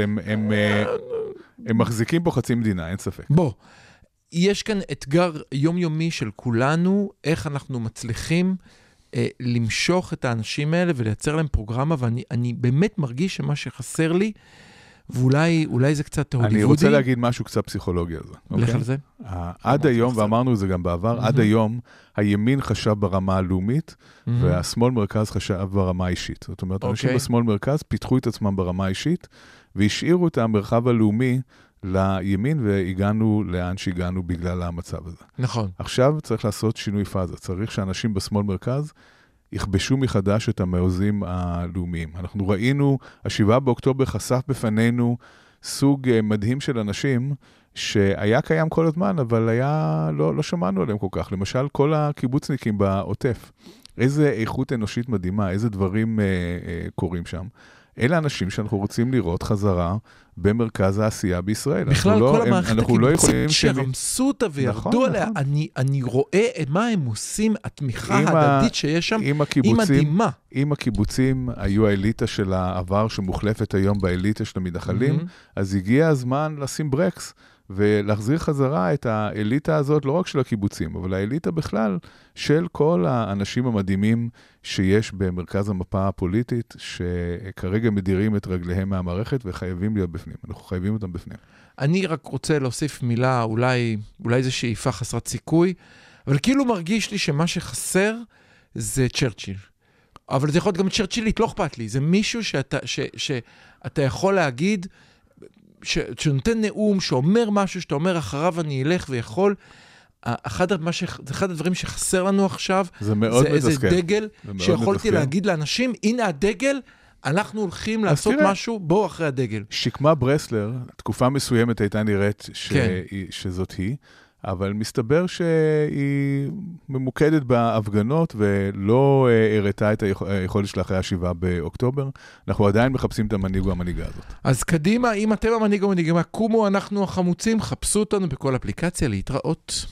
הם מחזיקים פה חצי מדינה, אין ספק.
בוא. יש כאן אתגר יומיומי של כולנו, איך אנחנו מצליחים למשוך את האנשים האלה ולייצר להם פרוגרמה, ואני באמת מרגיש שמה שחסר לי, ואולי זה קצת הוליוודי.
אני רוצה להגיד משהו קצת פסיכולוגי על זה.
לך על זה?
עד היום, ואמרנו את זה גם בעבר, עד היום הימין חשב ברמה הלאומית, והשמאל מרכז חשב ברמה האישית. זאת אומרת, אנשים בשמאל מרכז פיתחו את עצמם ברמה האישית, והשאירו את המרחב הלאומי לימין, והגענו לאן שהגענו בגלל המצב הזה.
נכון.
עכשיו צריך לעשות שינוי פאזה. צריך שאנשים בשמאל מרכז יכבשו מחדש את המעוזים הלאומיים. אנחנו ראינו, 7 באוקטובר חשף בפנינו סוג מדהים של אנשים שהיה קיים כל הזמן, אבל לא שמענו עליהם כל כך. למשל, כל הקיבוצניקים בעוטף. איזה איכות אנושית מדהימה, איזה דברים קורים שם. אלה אנשים שאנחנו רוצים לראות חזרה במרכז העשייה בישראל.
בכלל כל המערכת הקיבוצית שרמסו אותה וירדו עליה, אני רואה מה הם עושים, התמיכה ההדדית שיש שם, היא מדהימה.
אם הקיבוצים היו האליטה של העבר שמוחלפת היום באליטה של המתנחלים, אז הגיע הזמן לשים ברקס ולהחזיר חזרה את האליטה הזאת, לא רק של הקיבוצים, אבל האליטה בכלל של כל האנשים המדהימים שיש במרכז המפה הפוליטית, שכרגע מדירים את רגליהם מהמערכת וחייבים להיות בפנים. אנחנו חייבים אותם בפנים.
אני רק רוצה להוסיף מילה, אולי זה שאיפה חסרת סיכוי, אבל כאילו מרגיש לי שמה שחסר זה צ'רצ'יל. אבל זה יכול להיות גם צ'רצ'ילית, לא אכפת לי. זה מישהו שאתה יכול להגיד, שנותן נאום, שאומר משהו, שאתה אומר אחריו אני אלך ויכול. אחד הדברים שחסר לנו עכשיו,
זה איזה
דגל שיכולתי להגיד לאנשים, הנה הדגל, אנחנו הולכים לעשות משהו, בואו אחרי הדגל.
שקמה ברסלר, תקופה מסוימת הייתה נראית שזאת היא, אבל מסתבר שהיא ממוקדת בהפגנות ולא הראתה את היכולת שלה אחרי 7 באוקטובר. אנחנו עדיין מחפשים את המנהיג או המנהיגה הזאת.
אז קדימה, אם אתם המנהיג או המנהיגה, קומו, אנחנו החמוצים, חפשו אותנו בכל אפליקציה, להתראות.